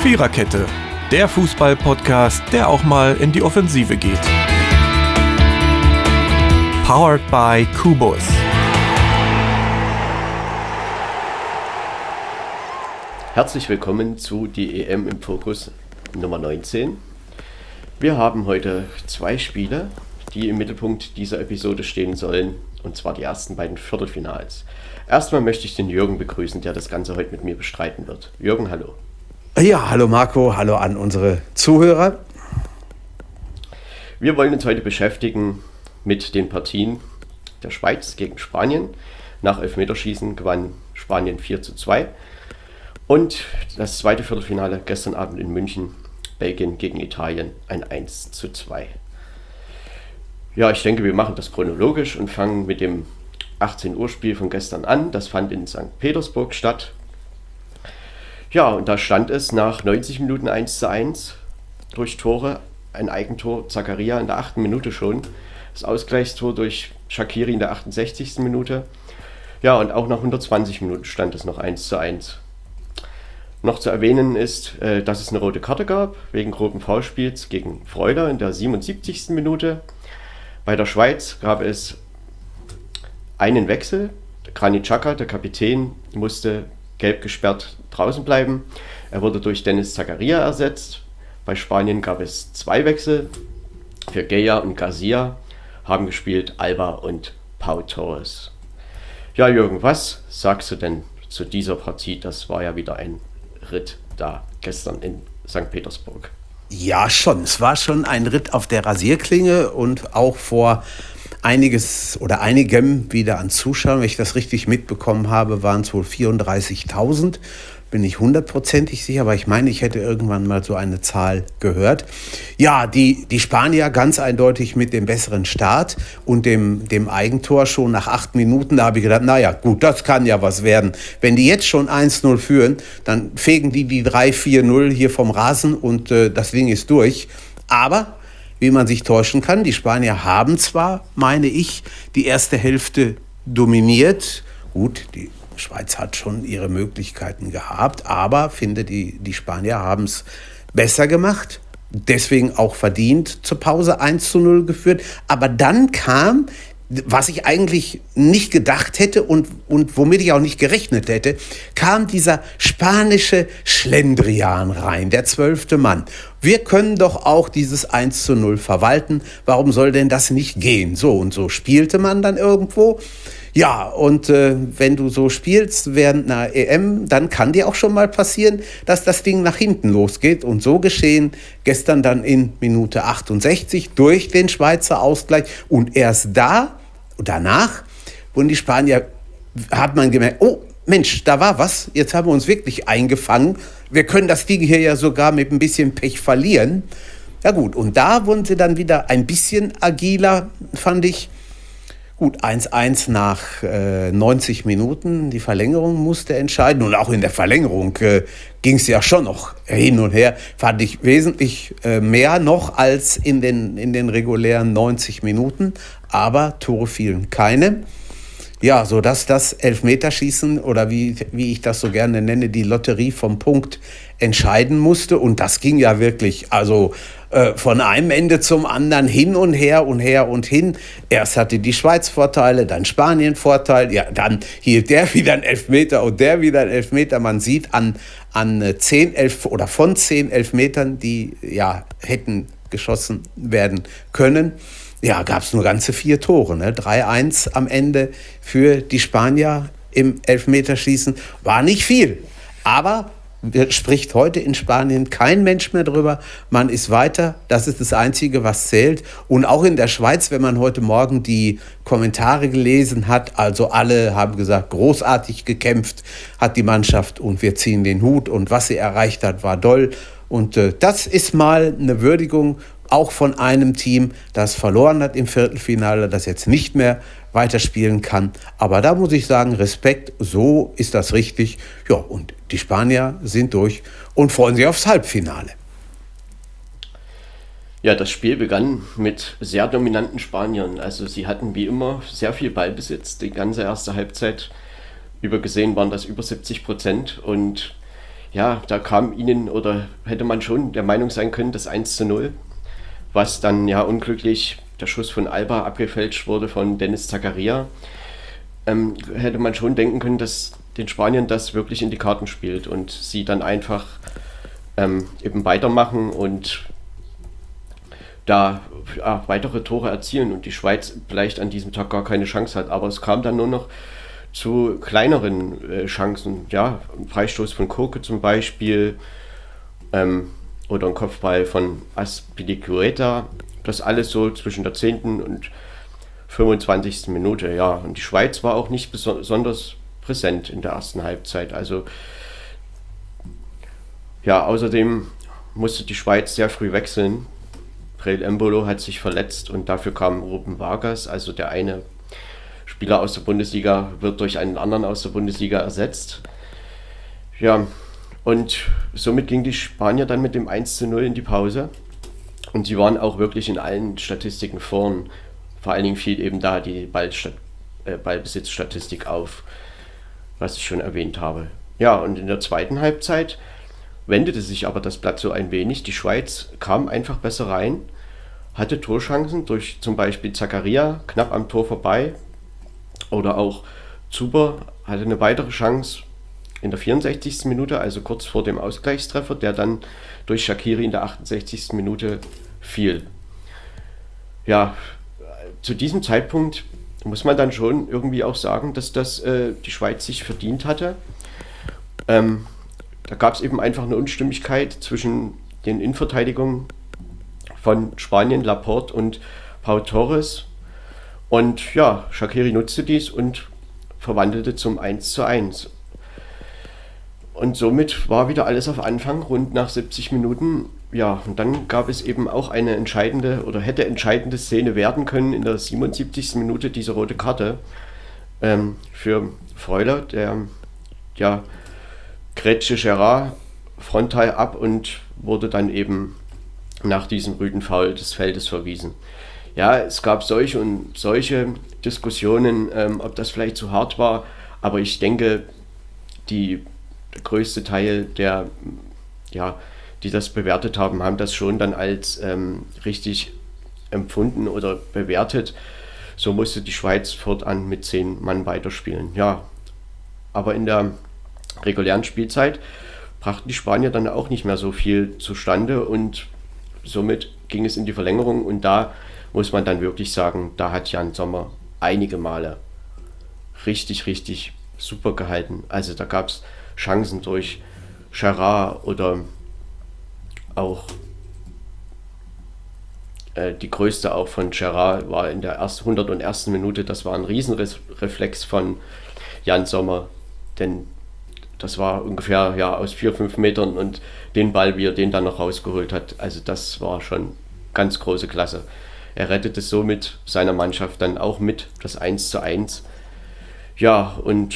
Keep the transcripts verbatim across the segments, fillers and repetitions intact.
Viererkette, der Fußball-Podcast, der auch mal in die Offensive geht. Powered by Kubus. Herzlich willkommen zu die E M im Fokus Nummer neunzehn. Wir haben heute zwei Spiele, die im Mittelpunkt dieser Episode stehen sollen, und zwar die ersten beiden Viertelfinals. Erstmal möchte ich den Jürgen begrüßen, der das Ganze heute mit mir bestreiten wird. Jürgen, hallo. Ja, hallo Marco, hallo an unsere Zuhörer. Wir wollen uns heute beschäftigen mit den Partien der Schweiz gegen Spanien. Nach Elfmeterschießen gewann Spanien vier zu zwei. Und das zweite Viertelfinale gestern Abend in München, Belgien gegen Italien, ein eins zu zwei. Ja, ich denke, wir machen das chronologisch und fangen mit dem achtzehn Uhr Spiel von gestern an. Das fand in Sankt Petersburg statt. Ja, und da stand es nach neunzig Minuten eins zu eins durch Tore, ein Eigentor Zakaria in der achten Minute schon, das Ausgleichstor durch Shaqiri in der achtundsechzigsten Minute. Ja, und auch nach hundertzwanzig Minuten stand es noch eins zu eins. Noch zu erwähnen ist, dass es eine rote Karte gab, wegen groben Foulspiels gegen Freuler in der siebenundsiebzigsten Minute. Bei der Schweiz gab es einen Wechsel. Granit Xhaka, der Kapitän, musste gelb gesperrt draußen bleiben. Er wurde durch Denis Zakaria ersetzt. Bei Spanien gab es zwei Wechsel. Für Gaya und Garcia haben gespielt Alba und Pau Torres. Ja, Jürgen, was sagst du denn zu dieser Partie? Das war ja wieder ein Ritt da gestern in Sankt Petersburg. Ja, schon. Es war schon ein Ritt auf der Rasierklinge und auch vor einiges oder einigem wieder an Zuschauern. Wenn ich das richtig mitbekommen habe, waren es wohl vierunddreißigtausend. Bin ich hundertprozentig sicher, aber ich meine, ich hätte irgendwann mal so eine Zahl gehört. Ja, die, die Spanier ganz eindeutig mit dem besseren Start und dem, dem Eigentor schon nach acht Minuten. Da habe ich gedacht, naja, gut, das kann ja was werden. Wenn die jetzt schon eins null führen, dann fegen die die drei vier null hier vom Rasen und äh, das Ding ist durch. Aber wie man sich täuschen kann, die Spanier haben zwar, meine ich, die erste Hälfte dominiert. Gut, die Schweiz hat schon ihre Möglichkeiten gehabt, aber finde, die, die Spanier haben es besser gemacht, deswegen auch verdient zur Pause eins zu null geführt. Aber dann kam, was ich eigentlich nicht gedacht hätte und, und womit ich auch nicht gerechnet hätte, kam dieser spanische Schlendrian rein, der zwölfte Mann. Wir können doch auch dieses eins zu null verwalten, warum soll denn das nicht gehen? So und so spielte man dann irgendwo. Ja, und äh, wenn du so spielst während einer E M, dann kann dir auch schon mal passieren, dass das Ding nach hinten losgeht. Und so geschehen gestern dann in Minute achtundsechzig durch den Schweizer Ausgleich. Und erst da, danach, wurden die Spanier, hat man gemerkt, oh Mensch, da war was, jetzt haben wir uns wirklich eingefangen. Wir können das Ding hier ja sogar mit ein bisschen Pech verlieren. Ja gut, und da wurden sie dann wieder ein bisschen agiler, fand ich. Gut, eins eins nach äh, neunzig Minuten, die Verlängerung musste entscheiden. Und auch in der Verlängerung äh, ging es ja schon noch hin und her. Fand ich wesentlich äh, mehr noch als in den, in den regulären neunzig Minuten. Aber Tore fielen keine. Ja, sodass das Elfmeterschießen oder wie, wie ich das so gerne nenne, die Lotterie vom Punkt entscheiden musste. Und das ging ja wirklich, also äh, von einem Ende zum anderen hin und her und her und hin. Erst hatte die Schweiz Vorteile, dann Spanien Vorteil. Ja, dann hielt der wieder einen Elfmeter und der wieder einen Elfmeter. Man sieht an, an zehn, elf oder von zehn Elfmetern, die ja hätten geschossen werden können. Ja, gab es nur ganze vier Tore, ne? drei eins am Ende für die Spanier im Elfmeterschießen. War nicht viel, aber spricht heute in Spanien kein Mensch mehr drüber. Man ist weiter, das ist das Einzige, was zählt. Und auch in der Schweiz, wenn man heute Morgen die Kommentare gelesen hat, also alle haben gesagt, großartig gekämpft hat die Mannschaft und wir ziehen den Hut und was sie erreicht hat, war doll. Und äh, das ist mal eine Würdigung, auch von einem Team, das verloren hat im Viertelfinale, das jetzt nicht mehr weiterspielen kann. Aber da muss ich sagen, Respekt, so ist das richtig. Ja, und die Spanier sind durch und freuen sich aufs Halbfinale. Ja, das Spiel begann mit sehr dominanten Spaniern. Also sie hatten wie immer sehr viel Ballbesitz. Die ganze erste Halbzeit über gesehen waren das über siebzig Prozent. Und ja, da kam ihnen oder hätte man schon der Meinung sein können, das eins zu null, was dann ja unglücklich der Schuss von Alba abgefälscht wurde von Denis Zakaria, ähm, hätte man schon denken können, dass den Spaniern das wirklich in die Karten spielt und sie dann einfach ähm, eben weitermachen und da ja, weitere Tore erzielen und die Schweiz vielleicht an diesem Tag gar keine Chance hat. Aber es kam dann nur noch zu kleineren äh, Chancen. Ja, ein Freistoß von Koke zum Beispiel ähm, oder ein Kopfball von Azpilicueta. Das alles so zwischen der zehnten und fünfundzwanzigsten Minute. Ja, und die Schweiz war auch nicht besonders präsent in der ersten Halbzeit. Also ja, außerdem musste die Schweiz sehr früh wechseln. Breel Embolo hat sich verletzt und dafür kam Ruben Vargas, also der eine Spieler aus der Bundesliga, wird durch einen anderen aus der Bundesliga ersetzt. Ja, und somit ging die Spanier dann mit dem eins zu null in die Pause und sie waren auch wirklich in allen Statistiken vorn. Vor allen Dingen fiel eben da die Ballstat- äh, Ballbesitzstatistik auf, was ich schon erwähnt habe. Ja, und in der zweiten Halbzeit wendete sich aber das Blatt so ein wenig. Die Schweiz kam einfach besser rein, hatte Torchancen durch zum Beispiel Zakaria knapp am Tor vorbei oder auch Zuber hatte eine weitere Chance in der vierundsechzigsten Minute, also kurz vor dem Ausgleichstreffer, der dann durch Shaqiri in der achtundsechzigsten Minute fiel. Ja, zu diesem Zeitpunkt muss man dann schon irgendwie auch sagen, dass das äh, die Schweiz sich verdient hatte. Ähm, Da gab es eben einfach eine Unstimmigkeit zwischen den Innenverteidigungen von Spanien, Laporte und Pau Torres. Und ja, Shaqiri nutzte dies und verwandelte zum eins zu eins. Und somit war wieder alles auf Anfang, rund nach siebzig Minuten. Ja, und dann gab es eben auch eine entscheidende oder hätte entscheidende Szene werden können in der siebenundsiebzigsten Minute, diese rote Karte ähm, für Freuler, der ja grätschte Gerard frontal ab und wurde dann eben nach diesem rüden Foul des Feldes verwiesen. Ja, es gab solche und solche Diskussionen, ähm, ob das vielleicht zu hart war, aber ich denke, die, der größte Teil der, ja, die das bewertet haben, haben das schon dann als ähm, richtig empfunden oder bewertet. So musste die Schweiz fortan mit zehn Mann weiterspielen. Ja, aber in der regulären Spielzeit brachten die Spanier dann auch nicht mehr so viel zustande und somit ging es in die Verlängerung und da muss man dann wirklich sagen, da hat Jan Sommer einige Male richtig, richtig super gehalten. Also da gab es Chancen durch Gerard oder auch äh, die größte auch von Gerard war in der ersten hundertundersten Minute, das war ein Riesenreflex von Jan Sommer, denn das war ungefähr ja, aus vier, fünf Metern und den Ball, wie er den dann noch rausgeholt hat, also das war schon ganz große Klasse. Er rettete somit seiner Mannschaft dann auch mit, das eins zu eins. Ja, und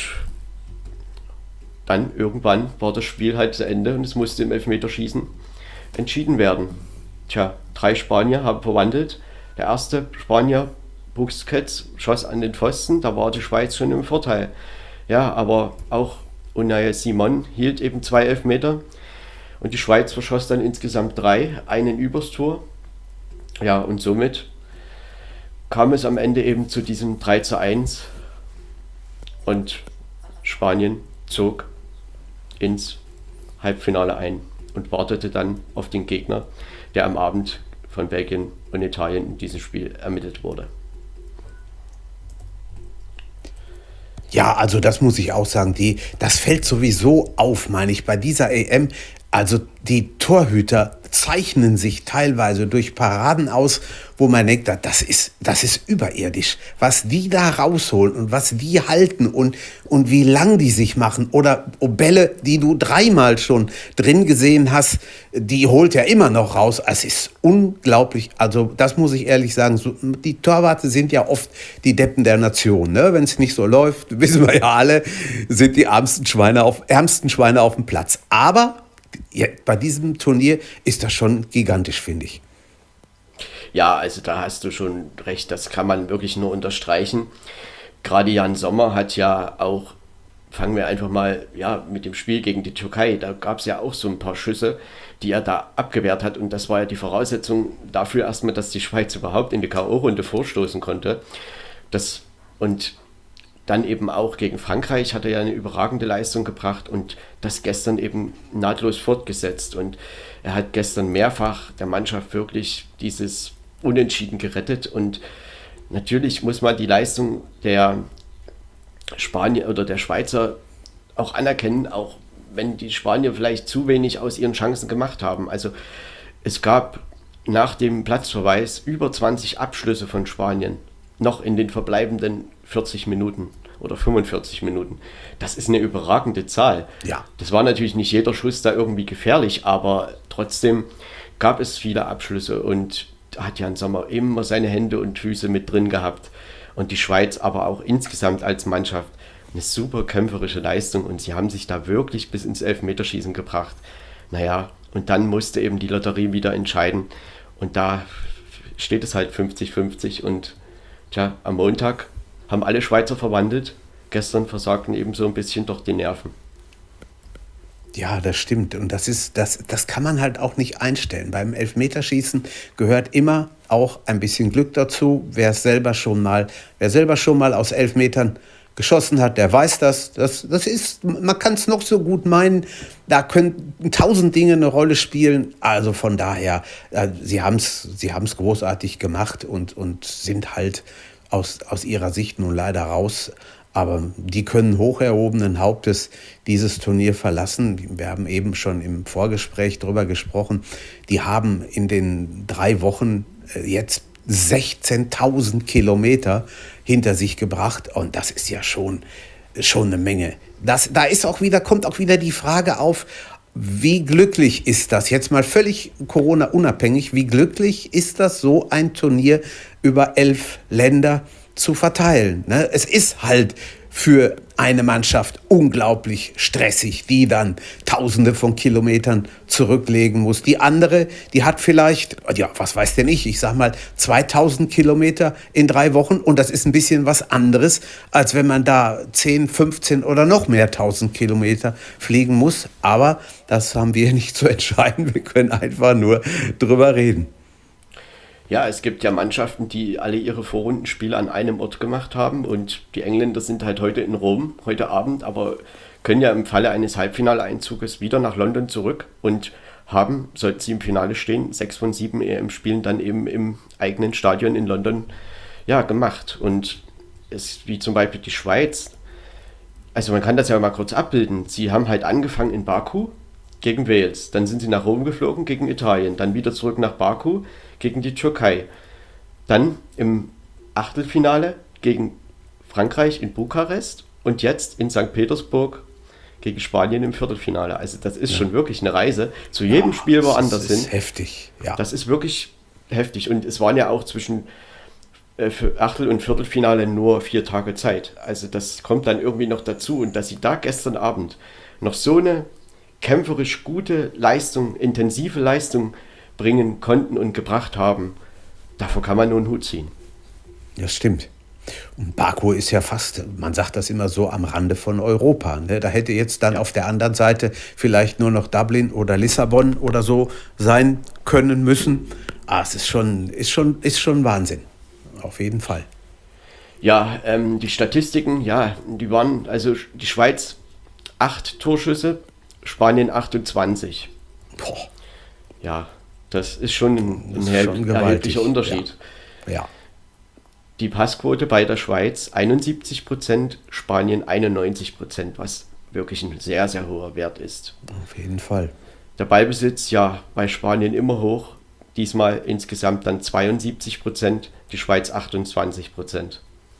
dann irgendwann war das Spiel halt zu Ende und es musste im Elfmeterschießen entschieden werden. Tja, drei Spanier haben verwandelt. Der erste Spanier, Busquets, schoss an den Pfosten, da war die Schweiz schon im Vorteil. Ja, aber auch Unai Simon hielt eben zwei Elfmeter und die Schweiz verschoss dann insgesamt drei, einen übers Tor. Ja, und somit kam es am Ende eben zu diesem drei zu eins und Spanien zog ins Halbfinale ein und wartete dann auf den Gegner, der am Abend von Belgien und Italien in diesem Spiel ermittelt wurde. Ja, also das muss ich auch sagen, die, das fällt sowieso auf, meine ich, bei dieser E M. Also die Torhüter zeichnen sich teilweise durch Paraden aus, wo man denkt, das ist, das ist überirdisch, was die da rausholen und was die halten und, und wie lang die sich machen. Oder Bälle, die du dreimal schon drin gesehen hast, die holt er immer noch raus. Es ist unglaublich, also das muss ich ehrlich sagen, so, die Torwarte sind ja oft die Deppen der Nation. Ne? Wenn es nicht so läuft, wissen wir ja alle, sind die ärmsten Schweine auf, ärmsten Schweine auf dem Platz. Aber ja, bei diesem Turnier ist das schon gigantisch, finde ich. Ja, also da hast du schon recht, das kann man wirklich nur unterstreichen. Gerade Jan Sommer hat ja auch fangen wir einfach mal ja, mit dem Spiel gegen die Türkei. Da gab es ja auch so ein paar Schüsse, die er da abgewehrt hat. Und das war ja die Voraussetzung dafür erstmal, dass die Schweiz überhaupt in die K O-Runde vorstoßen konnte. Das, und dann eben auch gegen Frankreich hat er ja eine überragende Leistung gebracht und das gestern eben nahtlos fortgesetzt. Und er hat gestern mehrfach der Mannschaft wirklich dieses Unentschieden gerettet. Und natürlich muss man die Leistung der Spanier oder der Schweizer auch anerkennen, auch wenn die Spanier vielleicht zu wenig aus ihren Chancen gemacht haben. Also es gab nach dem Platzverweis über zwanzig Abschlüsse von Spanien, noch in den verbleibenden vierzig Minuten oder fünfundvierzig Minuten. Das ist eine überragende Zahl. Ja. Das war natürlich nicht jeder Schuss da irgendwie gefährlich, aber trotzdem gab es viele Abschlüsse und da hat Jan Sommer immer seine Hände und Füße mit drin gehabt. Und die Schweiz aber auch insgesamt als Mannschaft eine super kämpferische Leistung und sie haben sich da wirklich bis ins Elfmeterschießen gebracht. Naja, und dann musste eben die Lotterie wieder entscheiden und da steht es halt fünfzig fünfzig und tja, am Montag haben alle Schweizer verwandelt. Gestern versagten eben so ein bisschen doch die Nerven. Ja, das stimmt. Und das ist, das, das kann man halt auch nicht einstellen. Beim Elfmeterschießen gehört immer auch ein bisschen Glück dazu. Wer es selber schon mal, wer selber schon mal aus elf Metern geschossen hat, der weiß das. Das, das ist, man kann es noch so gut meinen. Da können tausend Dinge eine Rolle spielen. Also von daher, äh, sie haben es, sie haben es großartig gemacht und, und sind halt aus, aus ihrer Sicht nun leider raus. Aber die können hoch erhobenen Hauptes dieses Turnier verlassen. Wir haben eben schon im Vorgespräch drüber gesprochen. Die haben in den drei Wochen jetzt sechzehntausend Kilometer hinter sich gebracht. Und das ist ja schon, schon eine Menge. Das, da ist auch wieder, kommt auch wieder die Frage auf, wie glücklich ist das? Jetzt mal völlig Corona-unabhängig. Wie glücklich ist das, so ein Turnier über elf Länder zu verteilen? Ne? Es ist halt für eine Mannschaft unglaublich stressig, die dann Tausende von Kilometern zurücklegen muss. Die andere, die hat vielleicht, ja, was weiß denn ich, ich sag mal zweitausend Kilometer in drei Wochen und das ist ein bisschen was anderes, als wenn man da zehn, fünfzehn oder noch mehr tausend Kilometer fliegen muss. Aber das haben wir nicht zu entscheiden. Wir können einfach nur drüber reden. Ja, es gibt ja Mannschaften, die alle ihre Vorrundenspiele an einem Ort gemacht haben und die Engländer sind halt heute in Rom, heute Abend, aber können ja im Falle eines Halbfinaleinzuges wieder nach London zurück und haben, sollten sie im Finale stehen, sechs von sieben E M-Spielen dann eben im eigenen Stadion in London ja, gemacht. Und es, wie zum Beispiel die Schweiz, also man kann das ja mal kurz abbilden, sie haben halt angefangen in Baku gegen Wales, dann sind sie nach Rom geflogen gegen Italien, dann wieder zurück nach Baku gegen die Türkei. Dann im Achtelfinale gegen Frankreich in Bukarest und jetzt in Sankt Petersburg gegen Spanien im Viertelfinale. Also das ist ja schon wirklich eine Reise. Zu jedem ja, Spiel woanders hin. Das ist heftig. Ja. Das ist wirklich heftig. Und es waren ja auch zwischen äh, für Achtel- und Viertelfinale nur vier Tage Zeit. Also das kommt dann irgendwie noch dazu. Und dass sie da gestern Abend noch so eine kämpferisch gute Leistung, intensive Leistung bringen konnten und gebracht haben, davor kann man nur einen Hut ziehen. Das stimmt. Und Baku ist ja fast, man sagt das immer so, am Rande von Europa. Ne? Da hätte jetzt dann ja auf der anderen Seite vielleicht nur noch Dublin oder Lissabon oder so sein können müssen. Ah, es ist schon, ist schon, ist schon Wahnsinn. Auf jeden Fall. Ja, ähm, die Statistiken, ja, die waren, also die Schweiz acht Torschüsse, Spanien achtundzwanzig. Boah. Ja, das ist schon ein, das ein ist schon erheblicher Unterschied. Ja. ja. Die Passquote bei der Schweiz einundsiebzig Prozent, Spanien einundneunzig Prozent, was wirklich ein sehr, sehr hoher Wert ist. Auf jeden Fall. Der Ballbesitz, ja, bei Spanien immer hoch. Diesmal insgesamt dann zweiundsiebzig Prozent, die Schweiz achtundzwanzig Prozent.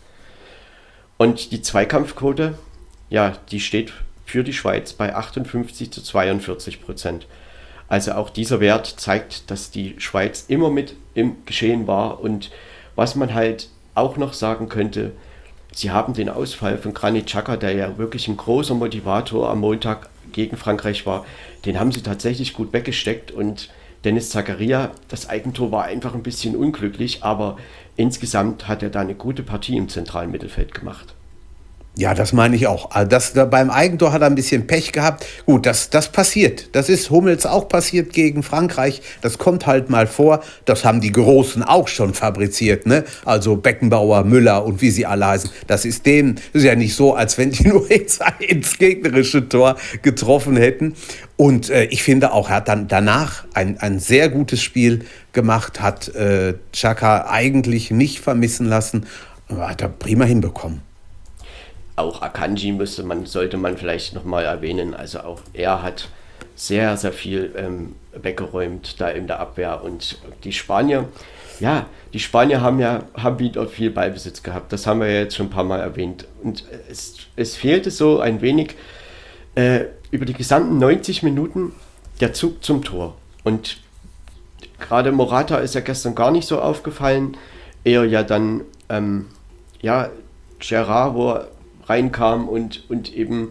Und die Zweikampfquote, ja, die steht für die Schweiz bei achtundfünfzig zu zweiundvierzig Prozent. Also auch dieser Wert zeigt, dass die Schweiz immer mit im Geschehen war. Und was man halt auch noch sagen könnte, sie haben den Ausfall von Granit Xhaka, der ja wirklich ein großer Motivator am Montag gegen Frankreich war, den haben sie tatsächlich gut weggesteckt. Und Denis Zakaria, das Eigentor war einfach ein bisschen unglücklich, aber insgesamt hat er da eine gute Partie im zentralen Mittelfeld gemacht. Ja, das meine ich auch. Also das, da beim Eigentor hat er ein bisschen Pech gehabt. Gut, das, das passiert. Das ist Hummels auch passiert gegen Frankreich. Das kommt halt mal vor. Das haben die Großen auch schon fabriziert, ne? Also Beckenbauer, Müller und wie sie alle heißen. Das ist denen, das ist ja nicht so, als wenn die nur ins, ins gegnerische Tor getroffen hätten. Und äh, ich finde auch, er hat dann danach ein, ein sehr gutes Spiel gemacht, hat äh, Xhaka eigentlich nicht vermissen lassen. Hat er prima hinbekommen. Auch Akanji müsste man, sollte man vielleicht nochmal erwähnen. Also auch er hat sehr, sehr viel ähm, weggeräumt da in der Abwehr. Und die Spanier, ja, die Spanier haben ja haben wieder viel Ballbesitz gehabt. Das haben wir ja jetzt schon ein paar Mal erwähnt. Und es, es fehlte so ein wenig äh, über die gesamten neunzig Minuten der Zug zum Tor. Und gerade Morata ist ja gestern gar nicht so aufgefallen. Eher ja dann, ähm, ja, Gerrard, wo er reinkam und, und eben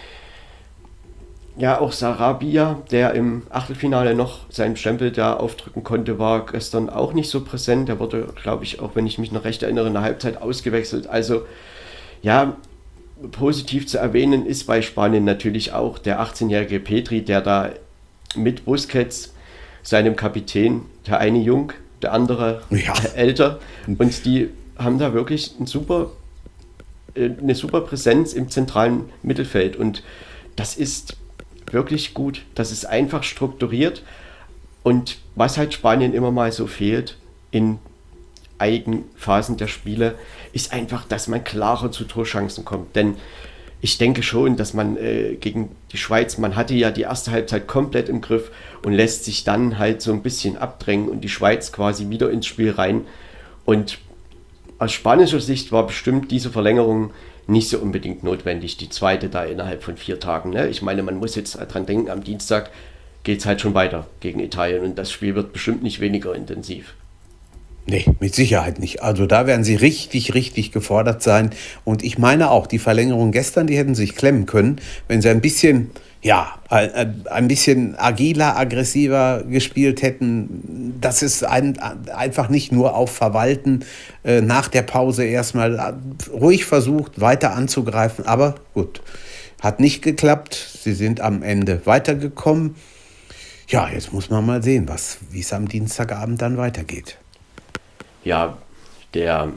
ja auch Sarabia, der im Achtelfinale noch seinen Stempel da aufdrücken konnte, war gestern auch nicht so präsent. Der wurde, glaube ich, auch wenn ich mich noch recht erinnere, in der Halbzeit ausgewechselt. Also ja, positiv zu erwähnen ist bei Spanien natürlich auch der achtzehnjährige Pedri, der da mit Busquets, seinem Kapitän, der eine jung, der andere ja. älter, und die haben da wirklich ein super eine super Präsenz im zentralen Mittelfeld, und das ist wirklich gut. Das ist einfach strukturiert, und was halt Spanien immer mal so fehlt in einigen Phasen der Spiele, ist einfach, dass man klarer zu Torchancen kommt, denn ich denke schon, dass man äh, gegen die Schweiz, man hatte ja die erste Halbzeit komplett im Griff und lässt sich dann halt so ein bisschen abdrängen und die Schweiz quasi wieder ins Spiel rein, und aus spanischer Sicht war bestimmt diese Verlängerung nicht so unbedingt notwendig, die zweite da innerhalb von vier Tagen. Ne? Ich meine, man muss jetzt dran denken, am Dienstag geht es halt schon weiter gegen Italien, und das Spiel wird bestimmt nicht weniger intensiv. Nee, mit Sicherheit nicht. Also da werden sie richtig, richtig gefordert sein. Und ich meine auch, die Verlängerung gestern, die hätten sich klemmen können, wenn sie ein bisschen, ja, ein bisschen agiler, aggressiver gespielt hätten. Das ist ein, einfach nicht nur auf Verwalten, äh, nach der Pause erstmal ruhig versucht, weiter anzugreifen. Aber gut, hat nicht geklappt. Sie sind am Ende weitergekommen. Ja, jetzt muss man mal sehen, was, wie es am Dienstagabend dann weitergeht. Ja, der,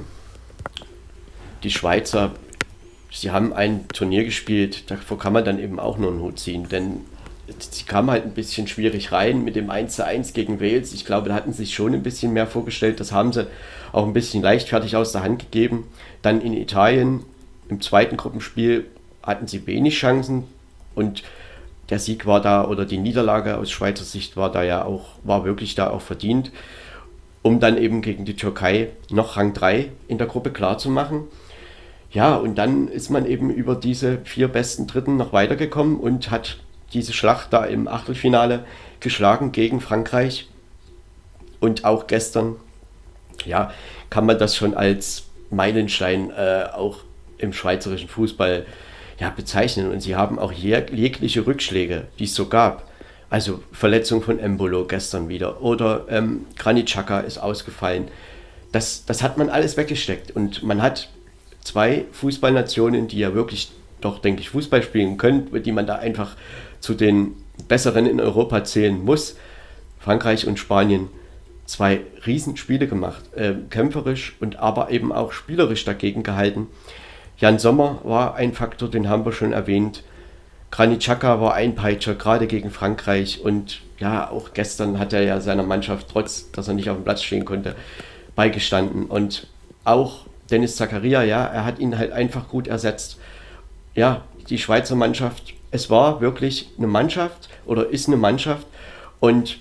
die Schweizer, sie haben ein Turnier gespielt, davor kann man dann eben auch nur einen Hut ziehen, denn sie kamen halt ein bisschen schwierig rein mit dem eins zu eins gegen Wales. Ich glaube, da hatten sie sich schon ein bisschen mehr vorgestellt, das haben sie auch ein bisschen leichtfertig aus der Hand gegeben. Dann in Italien, im zweiten Gruppenspiel, hatten sie wenig Chancen, und der Sieg war da, oder die Niederlage aus Schweizer Sicht war da ja auch, war wirklich da auch verdient, um dann eben gegen die Türkei noch Rang drei in der Gruppe klar zu machen. Ja, und dann ist man eben über diese vier besten Dritten noch weitergekommen und hat diese Schlacht da im Achtelfinale geschlagen gegen Frankreich. Und auch gestern, ja, kann man das schon als Meilenstein äh, auch im schweizerischen Fußball ja, bezeichnen. Und sie haben auch jeg- jegliche Rückschläge, die es so gab. Also Verletzung von Embolo gestern wieder, oder ähm, Granit Xhaka ist ausgefallen. Das, das hat man alles weggesteckt, und man hat zwei Fußballnationen, die ja wirklich doch, denke ich, Fußball spielen können, die man da einfach zu den Besseren in Europa zählen muss. Frankreich und Spanien, zwei Riesenspiele gemacht, äh, kämpferisch und aber eben auch spielerisch dagegen gehalten. Jan Sommer war ein Faktor, den haben wir schon erwähnt. Granit Xhaka war ein Peitscher, gerade gegen Frankreich, und ja, auch gestern hat er ja seiner Mannschaft, trotz dass er nicht auf dem Platz stehen konnte, beigestanden. Und auch Denis Zakaria, ja, er hat ihn halt einfach gut ersetzt. Ja, die Schweizer Mannschaft, es war wirklich eine Mannschaft, oder ist eine Mannschaft, und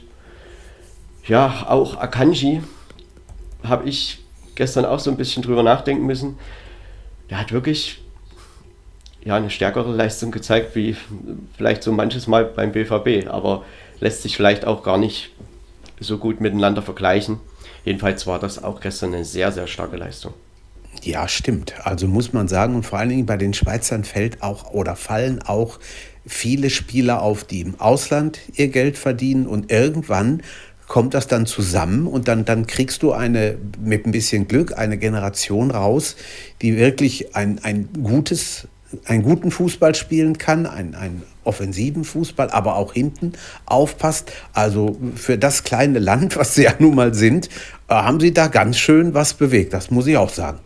ja, auch Akanji habe ich gestern auch so ein bisschen drüber nachdenken müssen. Der hat wirklich ja, eine stärkere Leistung gezeigt, wie vielleicht so manches Mal beim B V B, aber lässt sich vielleicht auch gar nicht so gut miteinander vergleichen. Jedenfalls war das auch gestern eine sehr, sehr starke Leistung. Ja, stimmt. Also muss man sagen, und vor allen Dingen bei den Schweizern fällt auch oder fallen auch viele Spieler auf, die im Ausland ihr Geld verdienen, und irgendwann kommt das dann zusammen, und dann, dann kriegst du eine, mit ein bisschen Glück, eine Generation raus, die wirklich ein, ein gutes einen guten Fußball spielen kann, einen, einen offensiven Fußball, aber auch hinten aufpasst. Also für das kleine Land, was sie ja nun mal sind, haben sie da ganz schön was bewegt. Das muss ich auch sagen.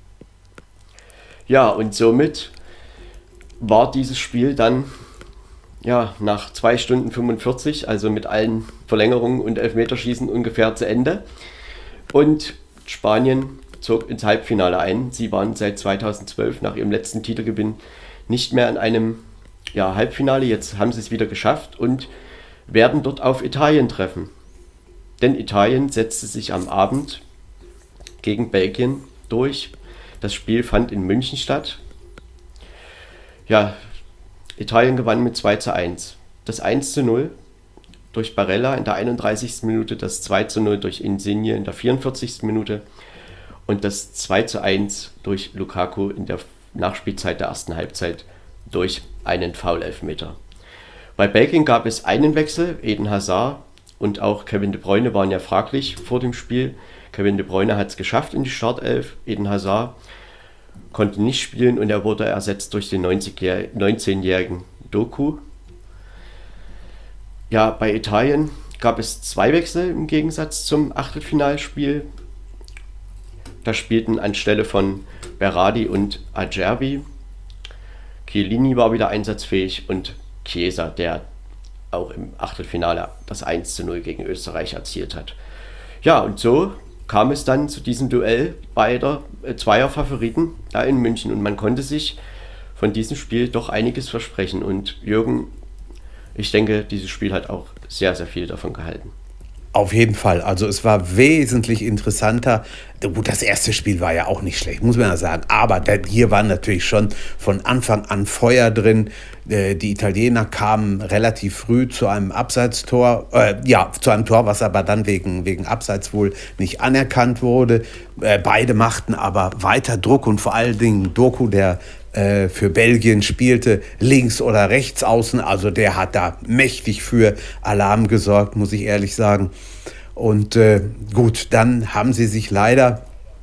Ja, und somit war dieses Spiel dann ja, nach zwei Stunden fünfundvierzig, also mit allen Verlängerungen und Elfmeterschießen ungefähr zu Ende. Und Spanien zog ins Halbfinale ein. Sie waren seit zweitausendzwölf nach ihrem letzten Titelgewinn nicht mehr in einem ja, Halbfinale. Jetzt haben sie es wieder geschafft und werden dort auf Italien treffen. Denn Italien setzte sich am Abend gegen Belgien durch. Das Spiel fand in München statt. Ja, Italien gewann mit zwei zu eins. Das eins zu null durch Barella in der einunddreißigsten Minute, das zwei zu null durch Insigne in der vierundvierzigsten Minute und das zwei zu eins durch Lukaku in der Nachspielzeit der ersten Halbzeit durch einen Foul-Elfmeter. Bei Belgien gab es einen Wechsel, Eden Hazard und auch Kevin De Bruyne waren ja fraglich vor dem Spiel. Kevin De Bruyne hat es geschafft in die Startelf, Eden Hazard konnte nicht spielen und er wurde ersetzt durch den neunzehnjährigen Doku. Ja, bei Italien gab es zwei Wechsel im Gegensatz zum Achtelfinalspiel. Da spielten anstelle von Berardi und Acerbi Chiellini war wieder einsatzfähig und Chiesa, der auch im Achtelfinale das eins zu null gegen Österreich erzielt hat. Ja, und so kam es dann zu diesem Duell beider äh, zweier Favoriten da in München und man konnte sich von diesem Spiel doch einiges versprechen und Jürgen, ich denke, dieses Spiel hat auch sehr, sehr viel davon gehalten. Auf jeden Fall. Also es war wesentlich interessanter. Gut, das erste Spiel war ja auch nicht schlecht, muss man ja sagen. Aber hier war natürlich schon von Anfang an Feuer drin. Die Italiener kamen relativ früh zu einem Abseitstor. Äh, ja, zu einem Tor, was aber dann wegen, wegen Abseits wohl nicht anerkannt wurde. Äh, beide machten aber weiter Druck und vor allen Dingen Doku, der äh, für Belgien spielte, links oder rechts außen. Also der hat da mächtig für Alarm gesorgt, muss ich ehrlich sagen. Und äh, gut, dann haben sie sich leider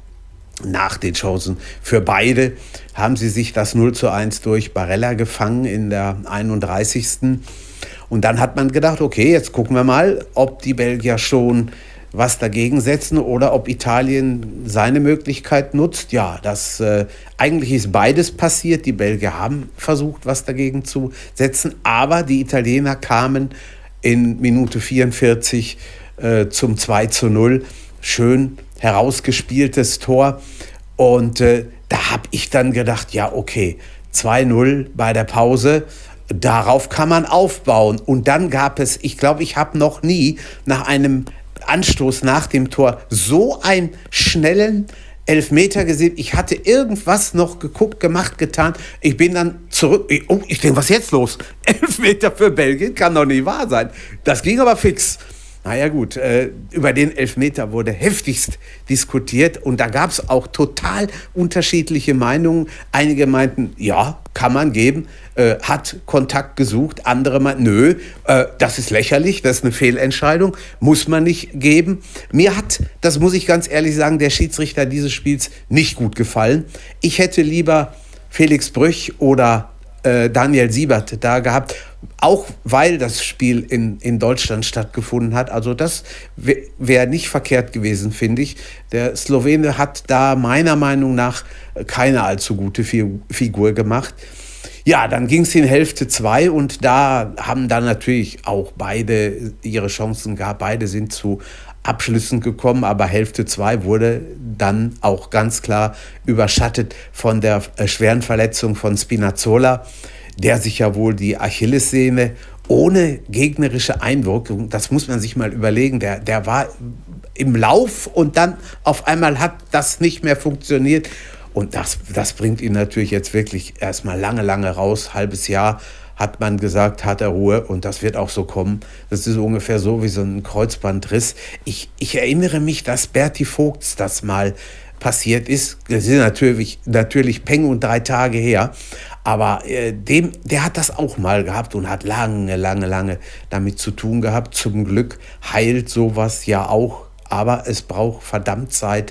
nach den Chancen für beide, haben sie sich das null zu eins durch Barella gefangen in der einunddreißigsten Und dann hat man gedacht, okay, jetzt gucken wir mal, ob die Belgier schon was dagegen setzen oder ob Italien seine Möglichkeit nutzt. Ja, das äh, eigentlich ist beides passiert. Die Belgier haben versucht, was dagegen zu setzen, aber die Italiener kamen in Minute vierundvierzig äh, zum zwei zu null. Schön herausgespieltes Tor. Und äh, da habe ich dann gedacht, ja okay, zwei null bei der Pause, darauf kann man aufbauen. Und dann gab es, ich glaube, ich habe noch nie nach einem Anstoß nach dem Tor so einen schnellen Elfmeter gesehen. Ich hatte irgendwas noch geguckt, gemacht, getan. Ich bin dann zurück. Oh, ich denke, was ist jetzt los? Elfmeter für Belgien kann doch nicht wahr sein. Das ging aber fix. Naja gut, äh, über den Elfmeter wurde heftigst diskutiert und da gab es auch total unterschiedliche Meinungen. Einige meinten, ja, kann man geben, äh, hat Kontakt gesucht. Andere meinten, nö, äh, das ist lächerlich, das ist eine Fehlentscheidung, muss man nicht geben. Mir hat, das muss ich ganz ehrlich sagen, der Schiedsrichter dieses Spiels nicht gut gefallen. Ich hätte lieber Felix Brüch oder äh, Daniel Siebert da gehabt, auch weil das Spiel in, in Deutschland stattgefunden hat. Also das wäre wär nicht verkehrt gewesen, finde ich. Der Slowene hat da meiner Meinung nach keine allzu gute Figur gemacht. Ja, dann ging es in Hälfte zwei und da haben dann natürlich auch beide ihre Chancen gehabt. Beide sind zu Abschlüssen gekommen, aber Hälfte zwei wurde dann auch ganz klar überschattet von der äh, schweren Verletzung von Spinazzola, der sich ja wohl die Achillessehne ohne gegnerische Einwirkung, das muss man sich mal überlegen, der, der war im Lauf und dann auf einmal hat das nicht mehr funktioniert. Und das, das bringt ihn natürlich jetzt wirklich erstmal lange, lange raus. Halbes Jahr hat man gesagt, hat er Ruhe und das wird auch so kommen. Das ist ungefähr so wie so ein Kreuzbandriss. Ich, ich erinnere mich, dass Berti Vogts das mal passiert ist. Das ist natürlich, natürlich Peng und drei Tage her. Aber äh, dem, der hat das auch mal gehabt und hat lange, lange, lange damit zu tun gehabt. Zum Glück heilt sowas ja auch, aber es braucht verdammt Zeit.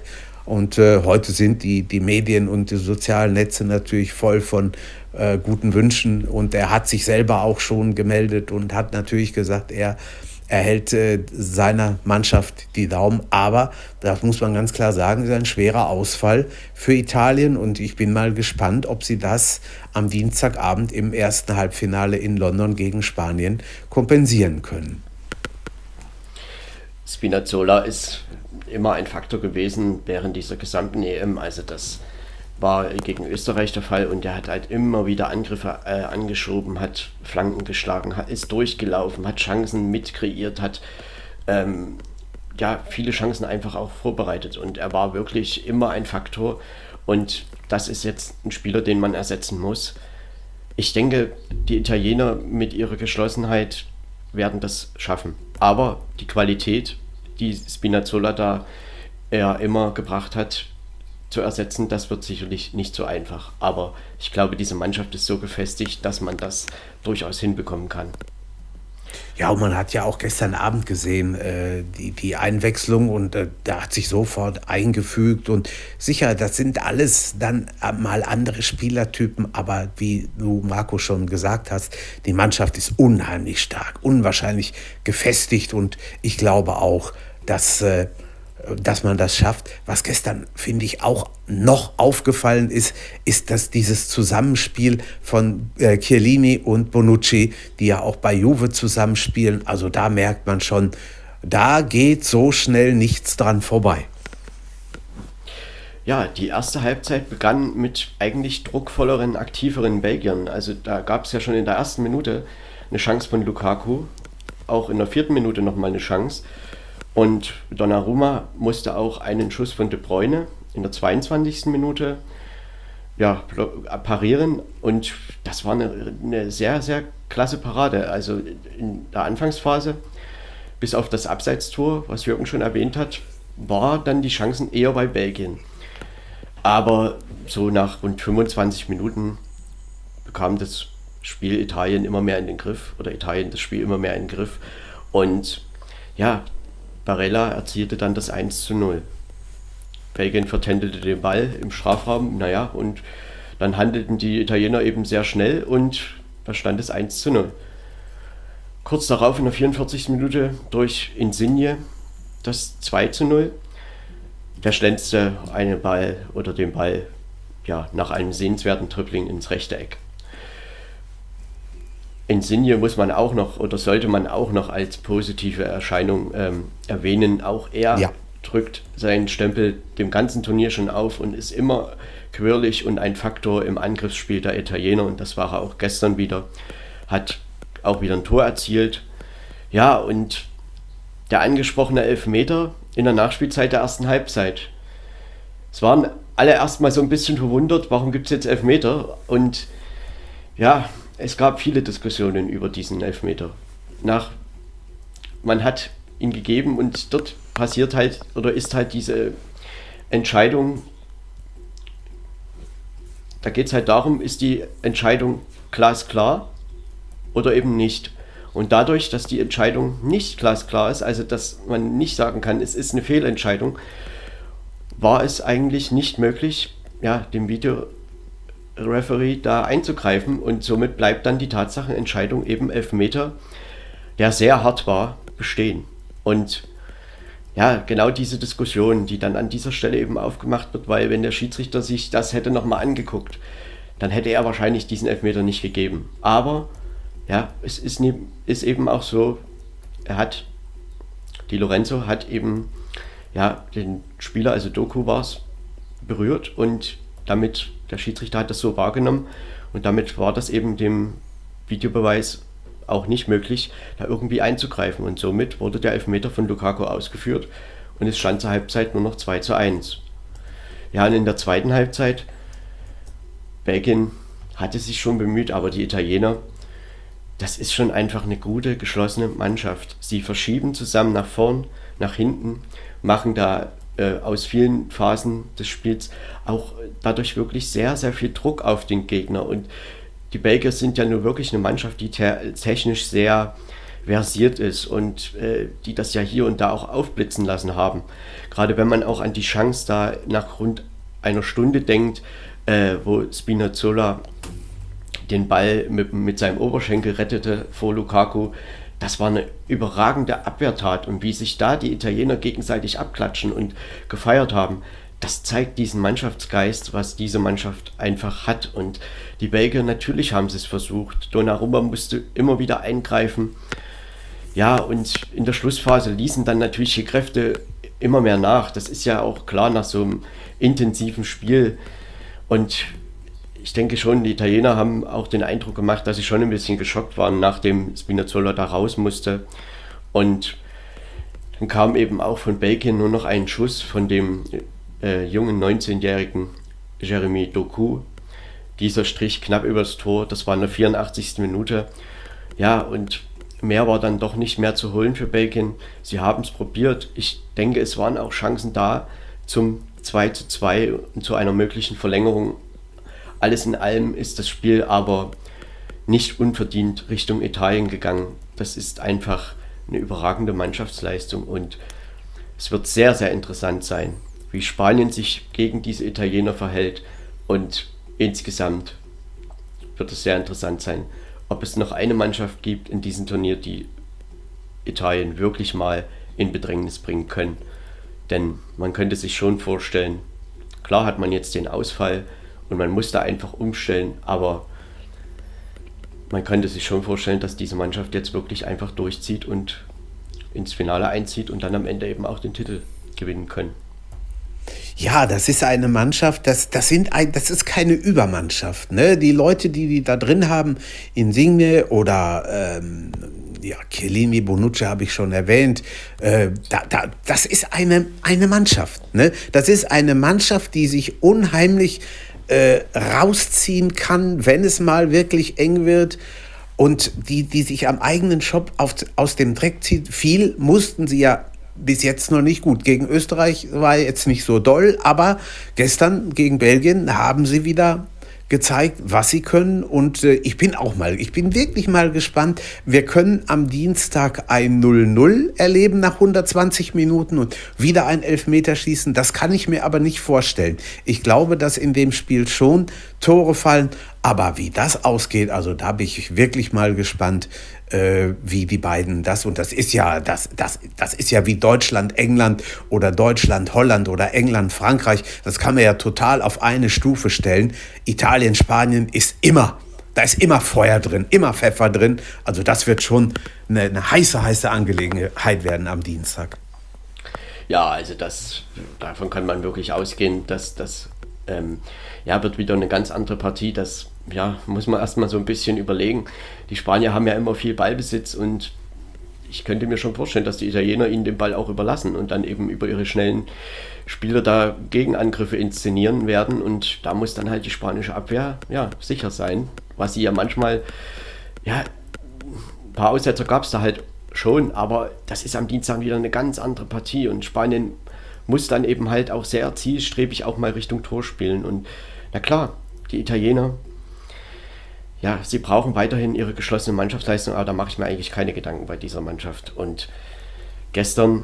Und äh, heute sind die, die Medien und die sozialen Netze natürlich voll von äh, guten Wünschen. Und er hat sich selber auch schon gemeldet und hat natürlich gesagt, er, er hält äh, seiner Mannschaft die Daumen. Aber, das muss man ganz klar sagen, ist ein schwerer Ausfall für Italien. Und ich bin mal gespannt, ob sie das am Dienstagabend im ersten Halbfinale in London gegen Spanien kompensieren können. Spinazzola ist immer ein Faktor gewesen während dieser gesamten E M. Also das war gegen Österreich der Fall und der hat halt immer wieder Angriffe äh, angeschoben, hat Flanken geschlagen, hat, ist durchgelaufen, hat Chancen mitkreiert, hat ähm, ja, viele Chancen einfach auch vorbereitet und er war wirklich immer ein Faktor und das ist jetzt ein Spieler, den man ersetzen muss. Ich denke, die Italiener mit ihrer Geschlossenheit werden das schaffen, aber die Qualität, die Spinazzola da er immer gebracht hat, zu ersetzen, das wird sicherlich nicht so einfach. Aber ich glaube, diese Mannschaft ist so gefestigt, dass man das durchaus hinbekommen kann. Ja, und man hat ja auch gestern Abend gesehen, äh, die, die Einwechslung und äh, da hat sich sofort eingefügt und sicher, das sind alles dann mal andere Spielertypen, aber wie du, Marco, schon gesagt hast, die Mannschaft ist unheimlich stark, unwahrscheinlich gefestigt und ich glaube auch, dass, äh, dass man das schafft. Was gestern, finde ich, auch noch aufgefallen ist, ist, dass dieses Zusammenspiel von äh, Chiellini und Bonucci, die ja auch bei Juve zusammenspielen, also da merkt man schon, da geht so schnell nichts dran vorbei. Ja, die erste Halbzeit begann mit eigentlich druckvolleren, aktiveren Belgiern. Also da gab es ja schon in der ersten Minute eine Chance von Lukaku, auch in der vierten Minute nochmal eine Chance. Und Donnarumma musste auch einen Schuss von De Bruyne in der zweiundzwanzigsten Minute ja, parieren. Und das war eine, eine sehr, sehr klasse Parade. Also in der Anfangsphase, bis auf das Abseitstor, was Jürgen schon erwähnt hat, war dann die Chancen eher bei Belgien. Aber so nach rund fünfundzwanzig Minuten bekam das Spiel Italien immer mehr in den Griff. Oder Italien das Spiel immer mehr in den Griff. Und ja, Barella erzielte dann das eins zu null. Belgien vertändelte den Ball im Strafraum, naja, und dann handelten die Italiener eben sehr schnell und da stand es eins zu null. Kurz darauf in der vierundvierzigsten Minute durch Insigne das zwei zu null. Der schlänzte einen Ball oder den Ball ja, nach einem sehenswerten Dribbling ins rechte Eck. Insigne muss man auch noch oder sollte man auch noch als positive Erscheinung ähm, erwähnen. Auch er ja. drückt seinen Stempel dem ganzen Turnier schon auf und ist immer quirlig und ein Faktor im Angriffsspiel der Italiener. Und das war er auch gestern wieder. Hat auch wieder ein Tor erzielt. Ja, und der angesprochene Elfmeter in der Nachspielzeit der ersten Halbzeit. Es waren alle erstmal so ein bisschen verwundert, warum gibt es jetzt Elfmeter? Und ja, es gab viele Diskussionen über diesen Elfmeter. Nach, man hat ihn gegeben und dort passiert halt oder ist halt diese Entscheidung, da geht es halt darum, ist die Entscheidung glasklar oder eben nicht. Und dadurch, dass die Entscheidung nicht glasklar ist, also dass man nicht sagen kann, es ist eine Fehlentscheidung, war es eigentlich nicht möglich, ja, dem Video Referee da einzugreifen und somit bleibt dann die Tatsachenentscheidung eben Elfmeter, der sehr hart war, bestehen. Und ja, genau diese Diskussion, die dann an dieser Stelle eben aufgemacht wird, weil wenn der Schiedsrichter sich das hätte nochmal angeguckt, dann hätte er wahrscheinlich diesen Elfmeter nicht gegeben. Aber ja, es ist, nie, ist eben auch so, er hat, Di Lorenzo hat eben ja, den Spieler, also Doku war es, berührt und damit, der Schiedsrichter hat das so wahrgenommen und damit war das eben dem Videobeweis auch nicht möglich, da irgendwie einzugreifen. Und somit wurde der Elfmeter von Lukaku ausgeführt und es stand zur Halbzeit nur noch zwei zu eins. Ja, und in der zweiten Halbzeit, Belgien hatte sich schon bemüht, aber die Italiener, das ist schon einfach eine gute, geschlossene Mannschaft. Sie verschieben zusammen nach vorn, nach hinten, machen da äh, aus vielen Phasen des Spiels auch dadurch wirklich sehr, sehr viel Druck auf den Gegner. Und die Belgier sind ja nur wirklich eine Mannschaft, die te- technisch sehr versiert ist und äh, die das ja hier und da auch aufblitzen lassen haben. Gerade wenn man auch an die Chance da nach rund einer Stunde denkt, äh, wo Spinazzola den Ball mit, mit seinem Oberschenkel rettete vor Lukaku. Das war eine überragende Abwehrtat und wie sich da die Italiener gegenseitig abklatschen und gefeiert haben, das zeigt diesen Mannschaftsgeist, was diese Mannschaft einfach hat. Und die Belgier, natürlich haben sie es versucht. Donnarumma musste immer wieder eingreifen. Ja, und in der Schlussphase ließen dann natürlich die Kräfte immer mehr nach. Das ist ja auch klar nach so einem intensiven Spiel. Und ich denke schon, die Italiener haben auch den Eindruck gemacht, dass sie schon ein bisschen geschockt waren, nachdem Spinazzola da raus musste. Und dann kam eben auch von Belgien nur noch ein Schuss von dem äh, jungen neunzehnjährigen Jeremy Doku. Dieser strich knapp übers Tor, das war in der vierundachtzigsten Minute. Ja, und mehr war dann doch nicht mehr zu holen für Belgien. Sie haben es probiert. Ich denke, es waren auch Chancen da zum zwei zu zwei und zu einer möglichen Verlängerung. Alles in allem ist das Spiel aber nicht unverdient Richtung Italien gegangen. Das ist einfach eine überragende Mannschaftsleistung und es wird sehr, sehr interessant sein, wie Spanien sich gegen diese Italiener verhält und insgesamt wird es sehr interessant sein, ob es noch eine Mannschaft gibt in diesem Turnier, die Italien wirklich mal in Bedrängnis bringen können. Denn man könnte sich schon vorstellen, klar hat man jetzt den Ausfall und man muss da einfach umstellen, aber man könnte sich schon vorstellen, dass diese Mannschaft jetzt wirklich einfach durchzieht und ins Finale einzieht und dann am Ende eben auch den Titel gewinnen können. Ja, das ist eine Mannschaft, das, das, sind ein, das ist keine Übermannschaft. Ne? Die Leute, die die da drin haben, Insigne oder ähm, ja, Chiellini, Bonucci habe ich schon erwähnt, äh, da, da, das ist eine, eine Mannschaft. Ne? Das ist eine Mannschaft, die sich unheimlich äh, rausziehen kann, wenn es mal wirklich eng wird. Und die, die sich am eigenen Shop auf, aus dem Dreck zieht. Viel mussten sie ja bis jetzt noch nicht. Gut, gegen Österreich war jetzt nicht so doll, aber gestern gegen Belgien haben sie wieder gezeigt, was sie können. Und äh, ich bin auch mal, ich bin wirklich mal gespannt. Wir können am Dienstag ein null null erleben nach hundertzwanzig Minuten und wieder ein Elfmeterschießen. Das kann ich mir aber nicht vorstellen. Ich glaube, dass in dem Spiel schon Tore fallen. Aber wie das ausgeht, also da bin ich wirklich mal gespannt, äh, wie die beiden das, und das ist ja, das, das, das ist ja wie Deutschland, England oder Deutschland, Holland oder England, Frankreich. Das kann man ja total auf eine Stufe stellen. Italien, Spanien ist immer, da ist immer Feuer drin, immer Pfeffer drin. Also das wird schon eine, eine heiße, heiße Angelegenheit werden am Dienstag. Ja, also das, davon kann man wirklich ausgehen, dass das ähm, ja, wird wieder eine ganz andere Partie. Das ja, muss man erstmal so ein bisschen überlegen. Die Spanier haben ja immer viel Ballbesitz und ich könnte mir schon vorstellen, dass die Italiener ihnen den Ball auch überlassen und dann eben über ihre schnellen Spieler da Gegenangriffe inszenieren werden und da muss dann halt die spanische Abwehr ja sicher sein, was sie ja manchmal, ja, ein paar Aussetzer gab es da halt schon, aber das ist am Dienstag wieder eine ganz andere Partie und Spanien muss dann eben halt auch sehr zielstrebig auch mal Richtung Tor spielen und na klar, die Italiener, ja, sie brauchen weiterhin ihre geschlossene Mannschaftsleistung, aber da mache ich mir eigentlich keine Gedanken bei dieser Mannschaft. Und gestern,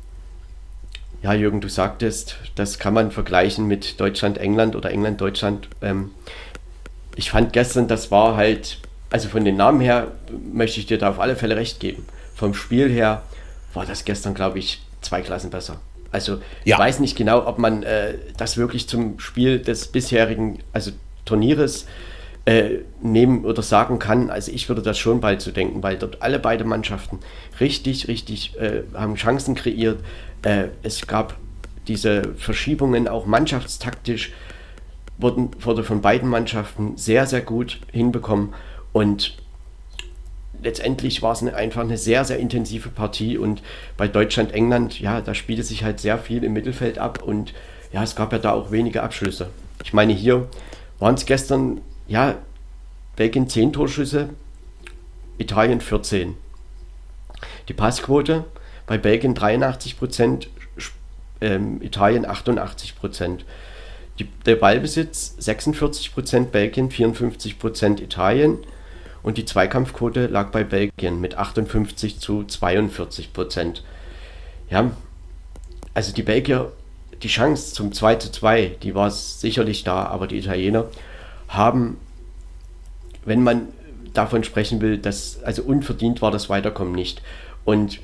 ja Jürgen, du sagtest, das kann man vergleichen mit Deutschland-England oder England-Deutschland. Ähm, ich fand gestern, das war halt, also von den Namen her möchte ich dir da auf alle Fälle recht geben. Vom Spiel her war das gestern, glaube ich, zwei Klassen besser. Also ja. Ich weiß nicht genau, ob man äh, das wirklich zum Spiel des bisherigen, also Turnieres, Äh, nehmen oder sagen kann, also ich würde das schon bald so denken, weil dort alle beide Mannschaften richtig, richtig äh, haben Chancen kreiert. Äh, es gab diese Verschiebungen auch mannschaftstaktisch, wurden, wurde von beiden Mannschaften sehr, sehr gut hinbekommen und letztendlich war es eine, einfach eine sehr, sehr intensive Partie und bei Deutschland-England, ja, da spielte sich halt sehr viel im Mittelfeld ab und ja, es gab ja da auch wenige Abschlüsse. Ich meine, hier waren es gestern ja, Belgien zehn Torschüsse, Italien vierzehn. Die Passquote bei Belgien dreiundachtzig Prozent, ähm, Italien achtundachtzig Prozent. Die, der Ballbesitz sechsundvierzig Prozent Belgien, vierundfünfzig Prozent Italien. und die Zweikampfquote lag bei Belgien mit achtundfünfzig zu zweiundvierzig Prozent. Ja, also die Belgier, die Chance zum zwei zu zwei, die war sicherlich da, aber die Italiener haben, wenn man davon sprechen will, dass, also unverdient war das Weiterkommen nicht. Und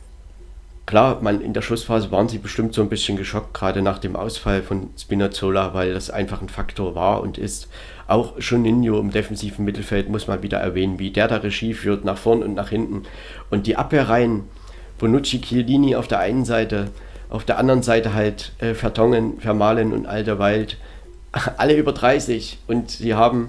klar, man, in der Schlussphase waren sie bestimmt so ein bisschen geschockt, gerade nach dem Ausfall von Spinazzola, weil das einfach ein Faktor war und ist. Auch Juninho im defensiven Mittelfeld muss man wieder erwähnen, wie der da Regie führt, nach vorn und nach hinten. Und die Abwehrreihen, Bonucci, Chiellini auf der einen Seite, auf der anderen Seite halt äh, Vertongen, Vermaelen und Alderweireld, alle über dreißig, und sie haben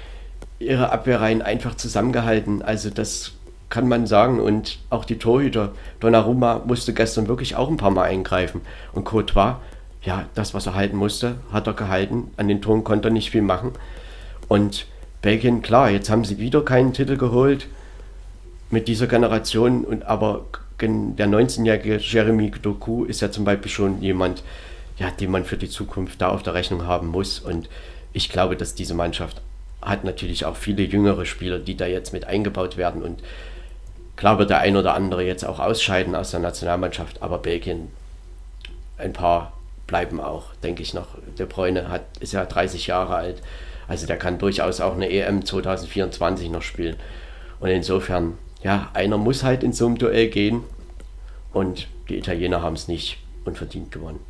ihre Abwehrreihen einfach zusammengehalten. Also das kann man sagen, und auch die Torhüter, Donnarumma musste gestern wirklich auch ein paar Mal eingreifen, und Courtois, ja, das, was er halten musste, hat er gehalten, an den Toren konnte er nicht viel machen. Und Belgien, klar, jetzt haben sie wieder keinen Titel geholt mit dieser Generation, und aber der neunzehnjährige Jeremy Doku ist ja zum Beispiel schon jemand, ja, den man für die Zukunft da auf der Rechnung haben muss, und ich glaube, dass diese Mannschaft hat natürlich auch viele jüngere Spieler, die da jetzt mit eingebaut werden, und klar wird der ein oder andere jetzt auch ausscheiden aus der Nationalmannschaft, aber Belgien, ein paar bleiben auch, denke ich noch. De Bruyne hat, ist ja dreißig Jahre alt, also der kann durchaus auch eine E M zwanzig vierundzwanzig noch spielen, und insofern, ja, einer muss halt in so einem Duell gehen, und die Italiener haben es nicht unverdient gewonnen.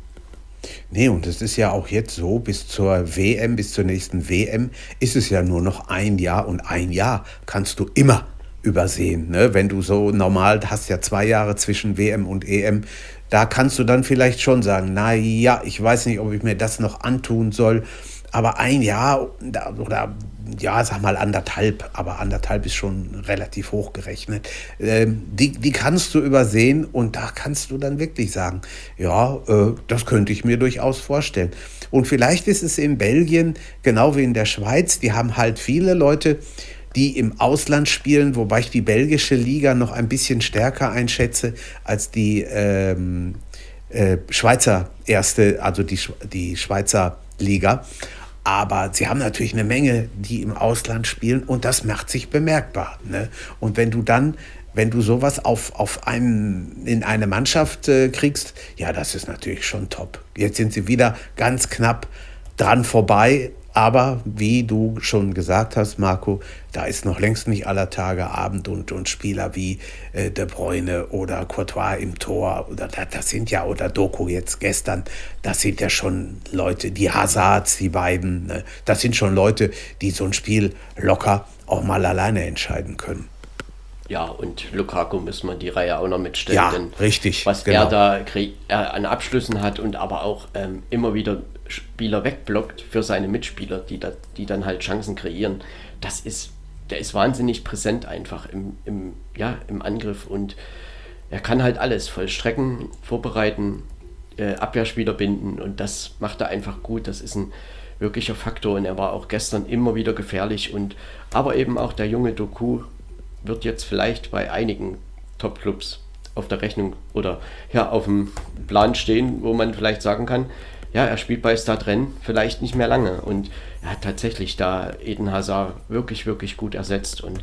Nee, und es ist ja auch jetzt so, bis zur W M, bis zur nächsten W M, ist es ja nur noch ein Jahr, und ein Jahr kannst du immer übersehen. Ne? Wenn du so normal hast, ja zwei Jahre zwischen W M und E M, da kannst du dann vielleicht schon sagen, na ja, ich weiß nicht, ob ich mir das noch antun soll, aber ein Jahr oder ja, sag mal anderthalb, aber anderthalb ist schon relativ hoch gerechnet, ähm, die, die kannst du übersehen, und da kannst du dann wirklich sagen, ja, äh, das könnte ich mir durchaus vorstellen. Und vielleicht ist es in Belgien genau wie in der Schweiz, die haben halt viele Leute, die im Ausland spielen, wobei ich die belgische Liga noch ein bisschen stärker einschätze als die ähm, äh, Schweizer erste, also die, die Schweizer Liga. Aber sie haben natürlich eine Menge, die im Ausland spielen, und das macht sich bemerkbar. Ne? Und wenn du dann, wenn du sowas auf, auf einen, in eine Mannschaft äh, kriegst, ja, das ist natürlich schon top. Jetzt sind sie wieder ganz knapp dran vorbei. Aber wie du schon gesagt hast, Marco, da ist noch längst nicht aller Tage Abend, und, und Spieler wie äh, De Bruyne oder Courtois im Tor, oder das sind ja, oder Doku jetzt gestern, das sind ja schon Leute, die Hazards, die beiden, ne? Das sind schon Leute, die so ein Spiel locker auch mal alleine entscheiden können. Ja, und Lukaku müssen wir die Reihe auch noch mitstellen. Ja, denn richtig. Was genau. er da kre- er an Abschlüssen hat, und aber auch ähm, immer wieder Spieler wegblockt für seine Mitspieler, die, da, die dann halt Chancen kreieren, das ist, der ist wahnsinnig präsent einfach im, im, ja, im Angriff, und er kann halt alles vollstrecken, vorbereiten, äh, Abwehrspieler binden, und das macht er einfach gut. Das ist ein wirklicher Faktor, und er war auch gestern immer wieder gefährlich, und aber eben auch der junge Doku wird jetzt vielleicht bei einigen Top-Clubs auf der Rechnung oder ja auf dem Plan stehen, wo man vielleicht sagen kann, ja, er spielt bei Stade Rennes vielleicht nicht mehr lange, und er hat tatsächlich da Eden Hazard wirklich, wirklich gut ersetzt, und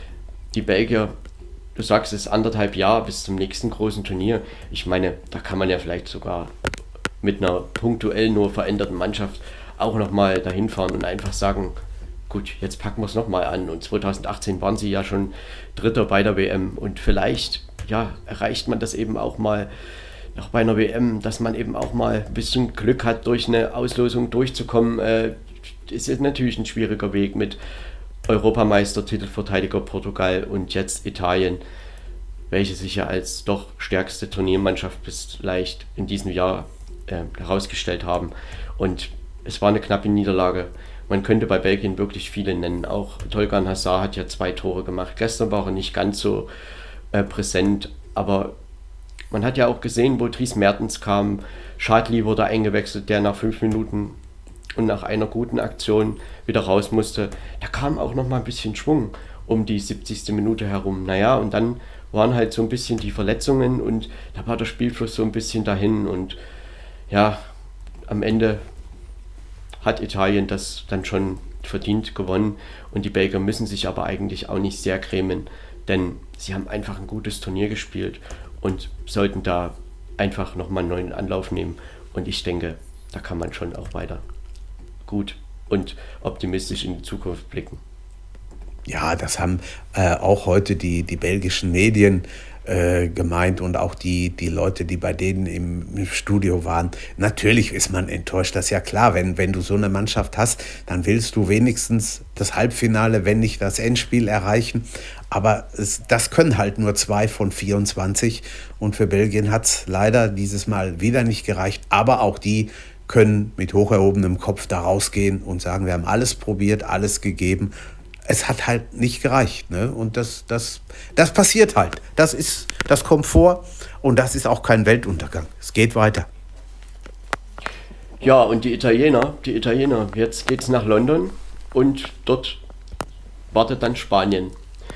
die Belgier, du sagst es, anderthalb Jahre bis zum nächsten großen Turnier, ich meine, da kann man ja vielleicht sogar mit einer punktuell nur veränderten Mannschaft auch nochmal dahin fahren und einfach sagen, gut, jetzt packen wir es nochmal an, und zwanzig achtzehn waren sie ja schon Dritter bei der W M, und vielleicht, ja, erreicht man das eben auch mal noch bei einer W M, dass man eben auch mal ein bisschen Glück hat, durch eine Auslosung durchzukommen. Äh, ist jetzt natürlich ein schwieriger Weg mit Europameister, Titelverteidiger Portugal und jetzt Italien, welche sich ja als doch stärkste Turniermannschaft bis leicht in diesem Jahr äh, herausgestellt haben. Und es war eine knappe Niederlage. Man könnte bei Belgien wirklich viele nennen. Auch Tolgan Hazard hat ja zwei Tore gemacht. Gestern war er nicht ganz so äh, präsent, aber man hat ja auch gesehen, wo Dries Mertens kam. Schadli wurde eingewechselt, der nach fünf Minuten und nach einer guten Aktion wieder raus musste. Da kam auch noch mal ein bisschen Schwung um die siebzigste Minute herum. Naja, und dann waren halt so ein bisschen die Verletzungen, und da war der Spielfluss so ein bisschen dahin, und ja, am Ende hat Italien das dann schon verdient gewonnen und die Belgier müssen sich aber eigentlich auch nicht sehr grämen, denn sie haben einfach ein gutes Turnier gespielt und sollten da einfach nochmal einen neuen Anlauf nehmen und ich denke, da kann man schon auch weiter gut und optimistisch in die Zukunft blicken. Ja, das haben äh, auch heute die, die belgischen Medien äh, gemeint und auch die, die Leute, die bei denen im, im Studio waren. Natürlich ist man enttäuscht, das ist ja klar. Wenn, wenn du so eine Mannschaft hast, dann willst du wenigstens das Halbfinale, wenn nicht das Endspiel erreichen. Aber es, das können halt nur zwei von vierundzwanzig. Und für Belgien hat es leider dieses Mal wieder nicht gereicht. Aber auch die können mit hoch erhobenem Kopf da rausgehen und sagen, wir haben alles probiert, alles gegeben. Es hat halt nicht gereicht, ne? Und das, das, das passiert halt. Das ist, das kommt vor und das ist auch kein Weltuntergang. Es geht weiter. Ja, und die Italiener, die Italiener, jetzt geht's nach London und dort wartet dann Spanien.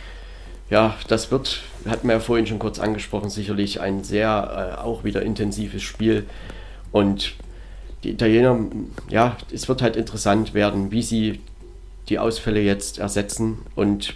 Ja, das wird, hatten wir ja vorhin schon kurz angesprochen, sicherlich ein sehr, äh, auch wieder intensives Spiel. Und die Italiener, ja, es wird halt interessant werden, wie sie die Ausfälle jetzt ersetzen und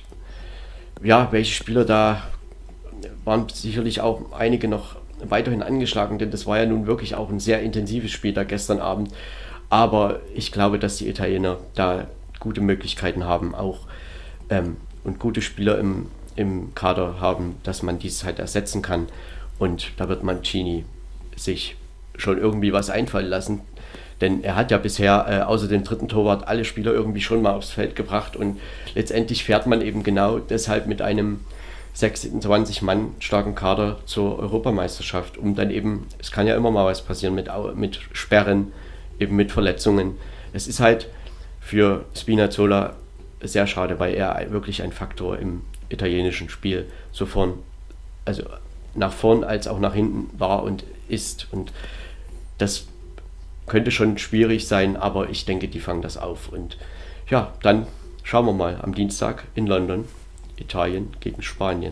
ja, welche Spieler da waren sicherlich auch einige noch weiterhin angeschlagen, denn das war ja nun wirklich auch ein sehr intensives Spiel da gestern Abend, aber ich glaube, dass die Italiener da gute Möglichkeiten haben auch ähm, und gute Spieler im, im Kader haben, dass man dies halt ersetzen kann und da wird Mancini sich schon irgendwie was einfallen lassen. Denn er hat ja bisher äh, außer dem dritten Torwart alle Spieler irgendwie schon mal aufs Feld gebracht und letztendlich fährt man eben genau deshalb mit einem sechsundzwanzig Mann starken Kader zur Europameisterschaft, um dann eben, es kann ja immer mal was passieren mit, mit Sperren, eben mit Verletzungen. Es ist halt für Spinazzola sehr schade, weil er wirklich ein Faktor im italienischen Spiel so vorn, also nach vorn als auch nach hinten war und ist und das könnte schon schwierig sein, aber ich denke, die fangen das auf. Und ja, dann schauen wir mal am Dienstag in London, Italien gegen Spanien.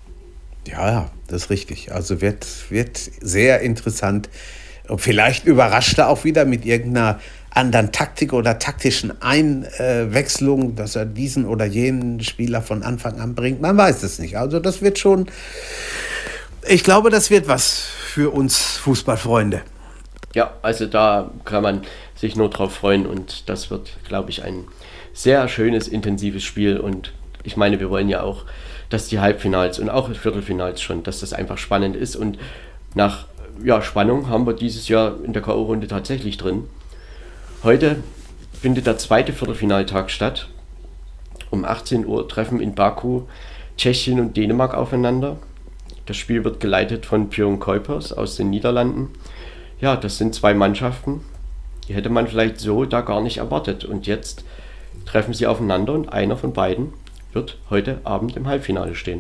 Ja, ja, das ist richtig. Also wird, wird sehr interessant. Und vielleicht überrascht er auch wieder mit irgendeiner anderen Taktik oder taktischen Einwechslung, dass er diesen oder jenen Spieler von Anfang an bringt. Man weiß es nicht. Also das wird schon, ich glaube, das wird was für uns Fußballfreunde. Ja, also da kann man sich nur drauf freuen und das wird, glaube ich, ein sehr schönes, intensives Spiel und ich meine, wir wollen ja auch, dass die Halbfinals und auch Viertelfinals schon, dass das einfach spannend ist und nach ja, Spannung haben wir dieses Jahr in der K O-Runde tatsächlich drin. Heute findet der zweite Viertelfinaltag statt. Um achtzehn Uhr treffen in Baku Tschechien und Dänemark aufeinander. Das Spiel wird geleitet von Björn Kuipers aus den Niederlanden. Ja, das sind zwei Mannschaften, die hätte man vielleicht so da gar nicht erwartet. Und jetzt treffen sie aufeinander und einer von beiden wird heute Abend im Halbfinale stehen.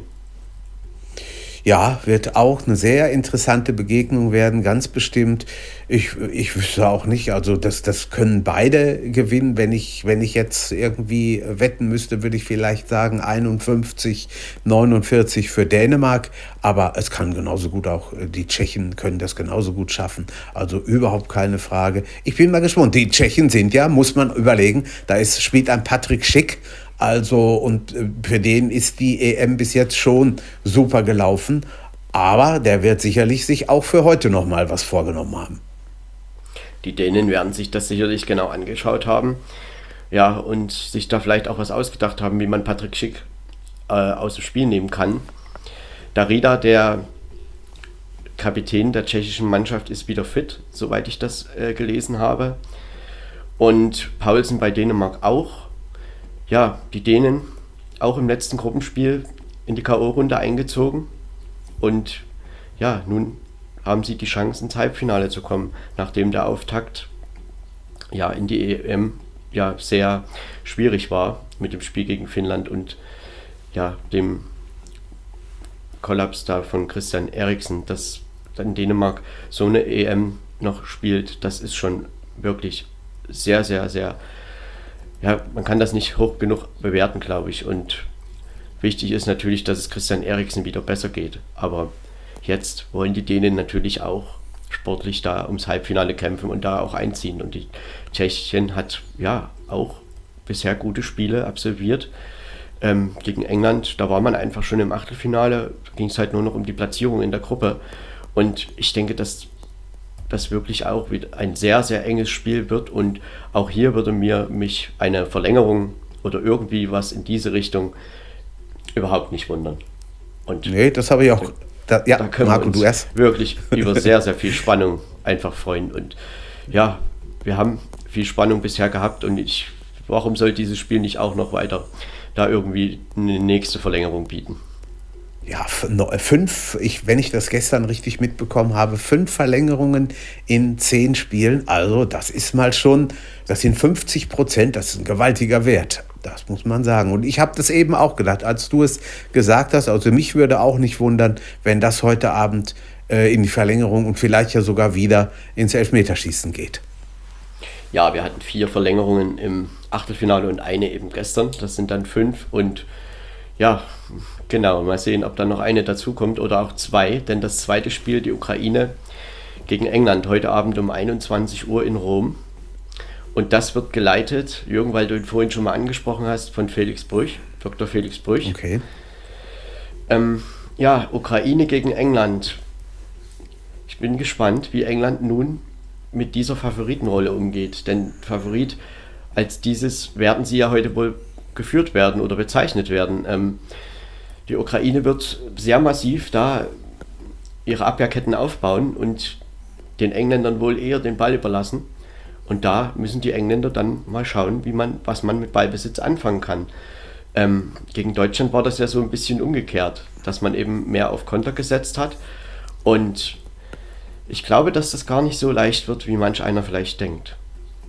Ja, wird auch eine sehr interessante Begegnung werden, ganz bestimmt. Ich, ich wüsste auch nicht, also das, das können beide gewinnen. Wenn ich, wenn ich jetzt irgendwie wetten müsste, würde ich vielleicht sagen einundfünfzig, neunundvierzig für Dänemark. Aber es kann genauso gut auch, die Tschechen können das genauso gut schaffen. Also überhaupt keine Frage. Ich bin mal gespannt. Die Tschechen sind ja, muss man überlegen, da ist, spielt ein Patrick Schick. Also, und für den ist die E M bis jetzt schon super gelaufen. Aber der wird sicherlich sich auch für heute nochmal was vorgenommen haben. Die Dänen werden sich das sicherlich genau angeschaut haben. Ja, und sich da vielleicht auch was ausgedacht haben, wie man Patrick Schick äh, aus dem Spiel nehmen kann. Darida, der Kapitän der tschechischen Mannschaft, ist wieder fit, soweit ich das äh, gelesen habe. Und Paulsen bei Dänemark auch. Ja, die Dänen auch im letzten Gruppenspiel in die K O-Runde eingezogen und ja, nun haben sie die Chance ins Halbfinale zu kommen, nachdem der Auftakt ja in die E M ja sehr schwierig war mit dem Spiel gegen Finnland und ja, dem Kollaps da von Christian Eriksen, dass dann Dänemark so eine E M noch spielt, das ist schon wirklich sehr, sehr, sehr ja, man kann das nicht hoch genug bewerten, glaube ich. Und wichtig ist natürlich, dass es Christian Eriksen wieder besser geht. Aber jetzt wollen die Dänen natürlich auch sportlich da ums Halbfinale kämpfen und da auch einziehen. Und die Tschechien hat ja auch bisher gute Spiele absolviert. Ähm, gegen England, da war man einfach schon im Achtelfinale, da ging es halt nur noch um die Platzierung in der Gruppe. Und ich denke, dass das wirklich auch wieder ein sehr, sehr enges Spiel wird. Und auch hier würde mir mich eine Verlängerung oder irgendwie was in diese Richtung überhaupt nicht wundern. Und nee, das habe ich auch. Da, ja, da können Marco, wir uns du erst. wirklich über sehr, sehr viel Spannung einfach freuen. Und ja, wir haben viel Spannung bisher gehabt und ich, warum soll dieses Spiel nicht auch noch weiter da irgendwie eine nächste Verlängerung bieten? Ja, fünf, ich, wenn ich das gestern richtig mitbekommen habe, fünf Verlängerungen in zehn Spielen. Also das ist mal schon, das sind fünfzig Prozent, das ist ein gewaltiger Wert. Das muss man sagen. Und ich habe das eben auch gedacht, als du es gesagt hast, also mich würde auch nicht wundern, wenn das heute Abend äh, in die Verlängerung und vielleicht ja sogar wieder ins Elfmeterschießen geht. Ja, wir hatten vier Verlängerungen im Achtelfinale und eine eben gestern. Das sind dann fünf und ja, genau, mal sehen, ob dann noch eine dazukommt oder auch zwei, denn das zweite Spiel, die Ukraine gegen England, heute Abend um einundzwanzig Uhr in Rom. Und das wird geleitet, Jürgen, weil du ihn vorhin schon mal angesprochen hast, von Felix Brüch, Doktor Felix Brüch. Okay. Ähm, ja, Ukraine gegen England. Ich bin gespannt, wie England nun mit dieser Favoritenrolle umgeht. Denn Favorit als dieses werden sie ja heute wohl geführt werden oder bezeichnet werden. Ähm, die Ukraine wird sehr massiv da ihre Abwehrketten aufbauen und den Engländern wohl eher den Ball überlassen. Und da müssen die Engländer dann mal schauen, wie man, was man mit Ballbesitz anfangen kann. Ähm, gegen Deutschland war das ja so ein bisschen umgekehrt, dass man eben mehr auf Konter gesetzt hat. Und ich glaube, dass das gar nicht so leicht wird, wie manch einer vielleicht denkt.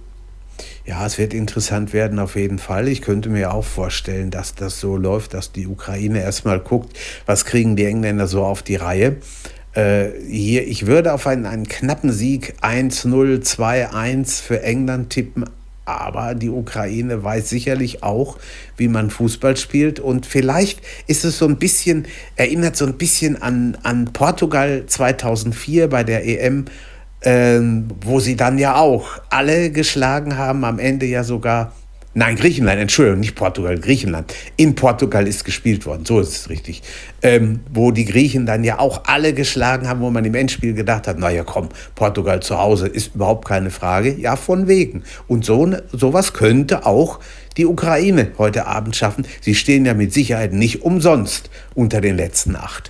Ja, es wird interessant werden auf jeden Fall. Ich könnte mir auch vorstellen, dass das so läuft, dass die Ukraine erstmal guckt, was kriegen die Engländer so auf die Reihe. Äh, hier, ich würde auf einen, einen knappen Sieg eins null, zwei eins für England tippen, aber die Ukraine weiß sicherlich auch, wie man Fußball spielt und vielleicht ist es so ein bisschen, erinnert so ein bisschen an, an Portugal zweitausendvier bei der E M, Ähm, wo sie dann ja auch alle geschlagen haben, am Ende ja sogar, nein, Griechenland, Entschuldigung, nicht Portugal, Griechenland. In Portugal ist gespielt worden, so ist es richtig. Ähm, wo die Griechen dann ja auch alle geschlagen haben, wo man im Endspiel gedacht hat, naja komm, Portugal zu Hause ist überhaupt keine Frage, ja von wegen. Und so sowas könnte auch die Ukraine heute Abend schaffen. Sie stehen ja mit Sicherheit nicht umsonst unter den letzten acht.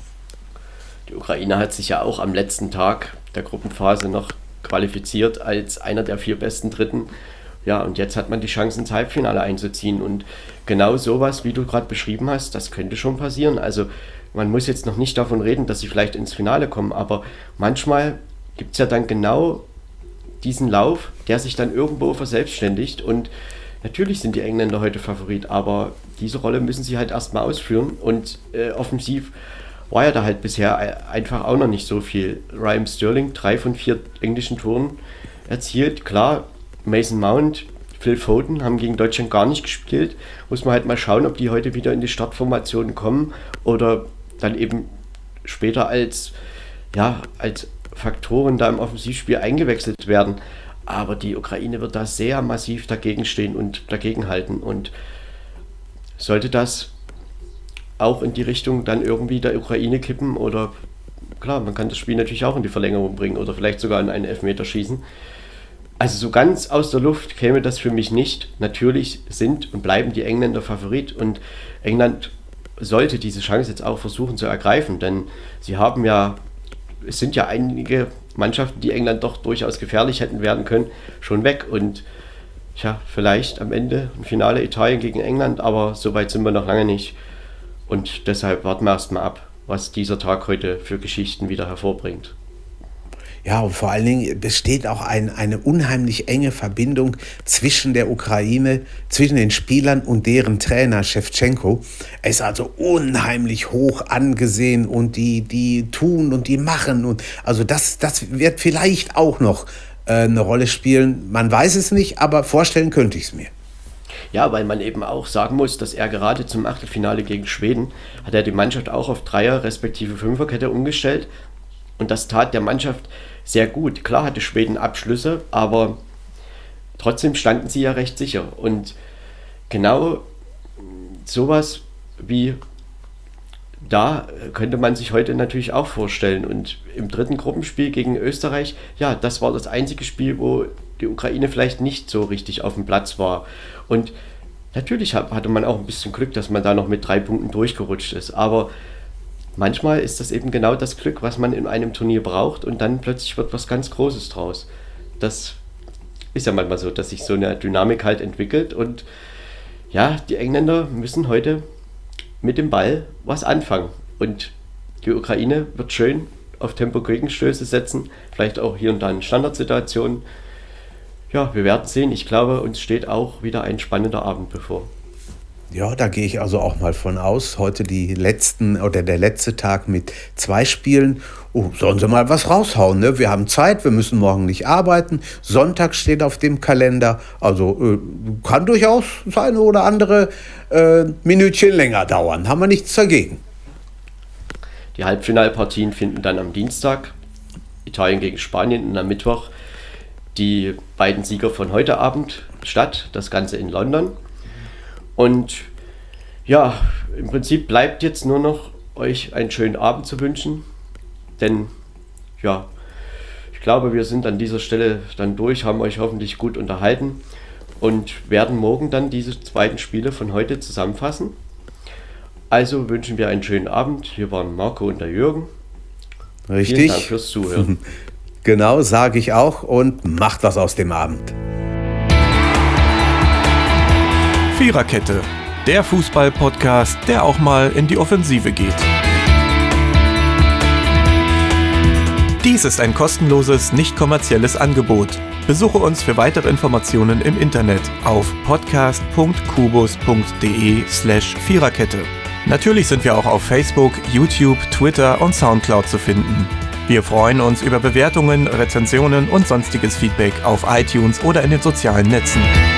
Die Ukraine hat sich ja auch am letzten Tag der Gruppenphase noch qualifiziert als einer der vier besten Dritten. Ja, und jetzt hat man die Chance, ins Halbfinale einzuziehen. Und genau sowas, wie du gerade beschrieben hast, das könnte schon passieren. Also man muss jetzt noch nicht davon reden, dass sie vielleicht ins Finale kommen, aber manchmal gibt es ja dann genau diesen Lauf, der sich dann irgendwo verselbstständigt. Und natürlich sind die Engländer heute Favorit, aber diese Rolle müssen sie halt erstmal ausführen. Und äh, offensiv war ja da halt bisher einfach auch noch nicht so viel. Raheem Sterling, drei von vier englischen Toren erzielt. Klar, Mason Mount, Phil Foden haben gegen Deutschland gar nicht gespielt. Muss man halt mal schauen, ob die heute wieder in die Startformation kommen oder dann eben später als, ja, als Faktoren da im Offensivspiel eingewechselt werden. Aber die Ukraine wird da sehr massiv dagegen stehen und dagegen halten. Und sollte das auch in die Richtung dann irgendwie der Ukraine kippen oder klar, man kann das Spiel natürlich auch in die Verlängerung bringen oder vielleicht sogar in einen Elfmeterschießen. Also so ganz aus der Luft käme das für mich nicht. Natürlich sind und bleiben die Engländer Favorit und England sollte diese Chance jetzt auch versuchen zu ergreifen, denn sie haben ja, es sind ja einige Mannschaften, die England doch durchaus gefährlich hätten werden können, schon weg und ja, vielleicht am Ende ein Finale Italien gegen England, aber so weit sind wir noch lange nicht. Und deshalb warten wir erstmal ab, was dieser Tag heute für Geschichten wieder hervorbringt. Ja, und vor allen Dingen besteht auch ein, eine unheimlich enge Verbindung zwischen der Ukraine, zwischen den Spielern und deren Trainer Schewtschenko. Er ist also unheimlich hoch angesehen und die, die tun und die machen. Und also das, das wird vielleicht auch noch äh, eine Rolle spielen. Man weiß es nicht, aber vorstellen könnte ich es mir. Ja, weil man eben auch sagen muss, dass er gerade zum Achtelfinale gegen Schweden hat er die Mannschaft auch auf Dreier- respektive Fünferkette umgestellt und das tat der Mannschaft sehr gut. Klar hatte Schweden Abschlüsse, aber trotzdem standen sie ja recht sicher. Und genau sowas wie da könnte man sich heute natürlich auch vorstellen. Und im dritten Gruppenspiel gegen Österreich, ja, das war das einzige Spiel, wo die Ukraine vielleicht nicht so richtig auf dem Platz war. Und natürlich hatte man auch ein bisschen Glück, dass man da noch mit drei Punkten durchgerutscht ist. Aber manchmal ist das eben genau das Glück, was man in einem Turnier braucht, und dann plötzlich wird was ganz Großes draus. Das ist ja manchmal so, dass sich so eine Dynamik halt entwickelt, und ja, die Engländer müssen heute mit dem Ball was anfangen, und die Ukraine wird schön auf Tempo-Gegenstöße setzen, vielleicht auch hier und da in Standardsituationen. Ja, wir werden sehen. Ich glaube, uns steht auch wieder ein spannender Abend bevor. Ja, da gehe ich also auch mal von aus. Heute die letzten oder der letzte Tag mit zwei Spielen. Oh, sollen sie mal was raushauen, ne? Wir haben Zeit, wir müssen morgen nicht arbeiten. Sonntag steht auf dem Kalender. Also äh, kann durchaus das eine oder andere äh, Minütchen länger dauern. Haben wir nichts dagegen. Die Halbfinalpartien finden dann am Dienstag, Italien gegen Spanien, und am Mittwoch die beiden Sieger von heute Abend statt. Das Ganze in London. Und ja, im Prinzip bleibt jetzt nur noch, euch einen schönen Abend zu wünschen. Denn ja, ich glaube, wir sind an dieser Stelle dann durch, haben euch hoffentlich gut unterhalten und werden morgen dann diese beiden Spiele von heute zusammenfassen. Also wünschen wir einen schönen Abend. Hier waren Marco und der Jürgen. Richtig. Vielen Dank fürs Zuhören. Genau, sage ich auch, und macht was aus dem Abend. Viererkette, der Fußball-Podcast, der auch mal in die Offensive geht. Dies ist ein kostenloses, nicht kommerzielles Angebot. Besuche uns für weitere Informationen im Internet auf podcast punkt kubus punkt de slash Viererkette. Natürlich sind wir auch auf Facebook, YouTube, Twitter und Soundcloud zu finden. Wir freuen uns über Bewertungen, Rezensionen und sonstiges Feedback auf iTunes oder in den sozialen Netzen.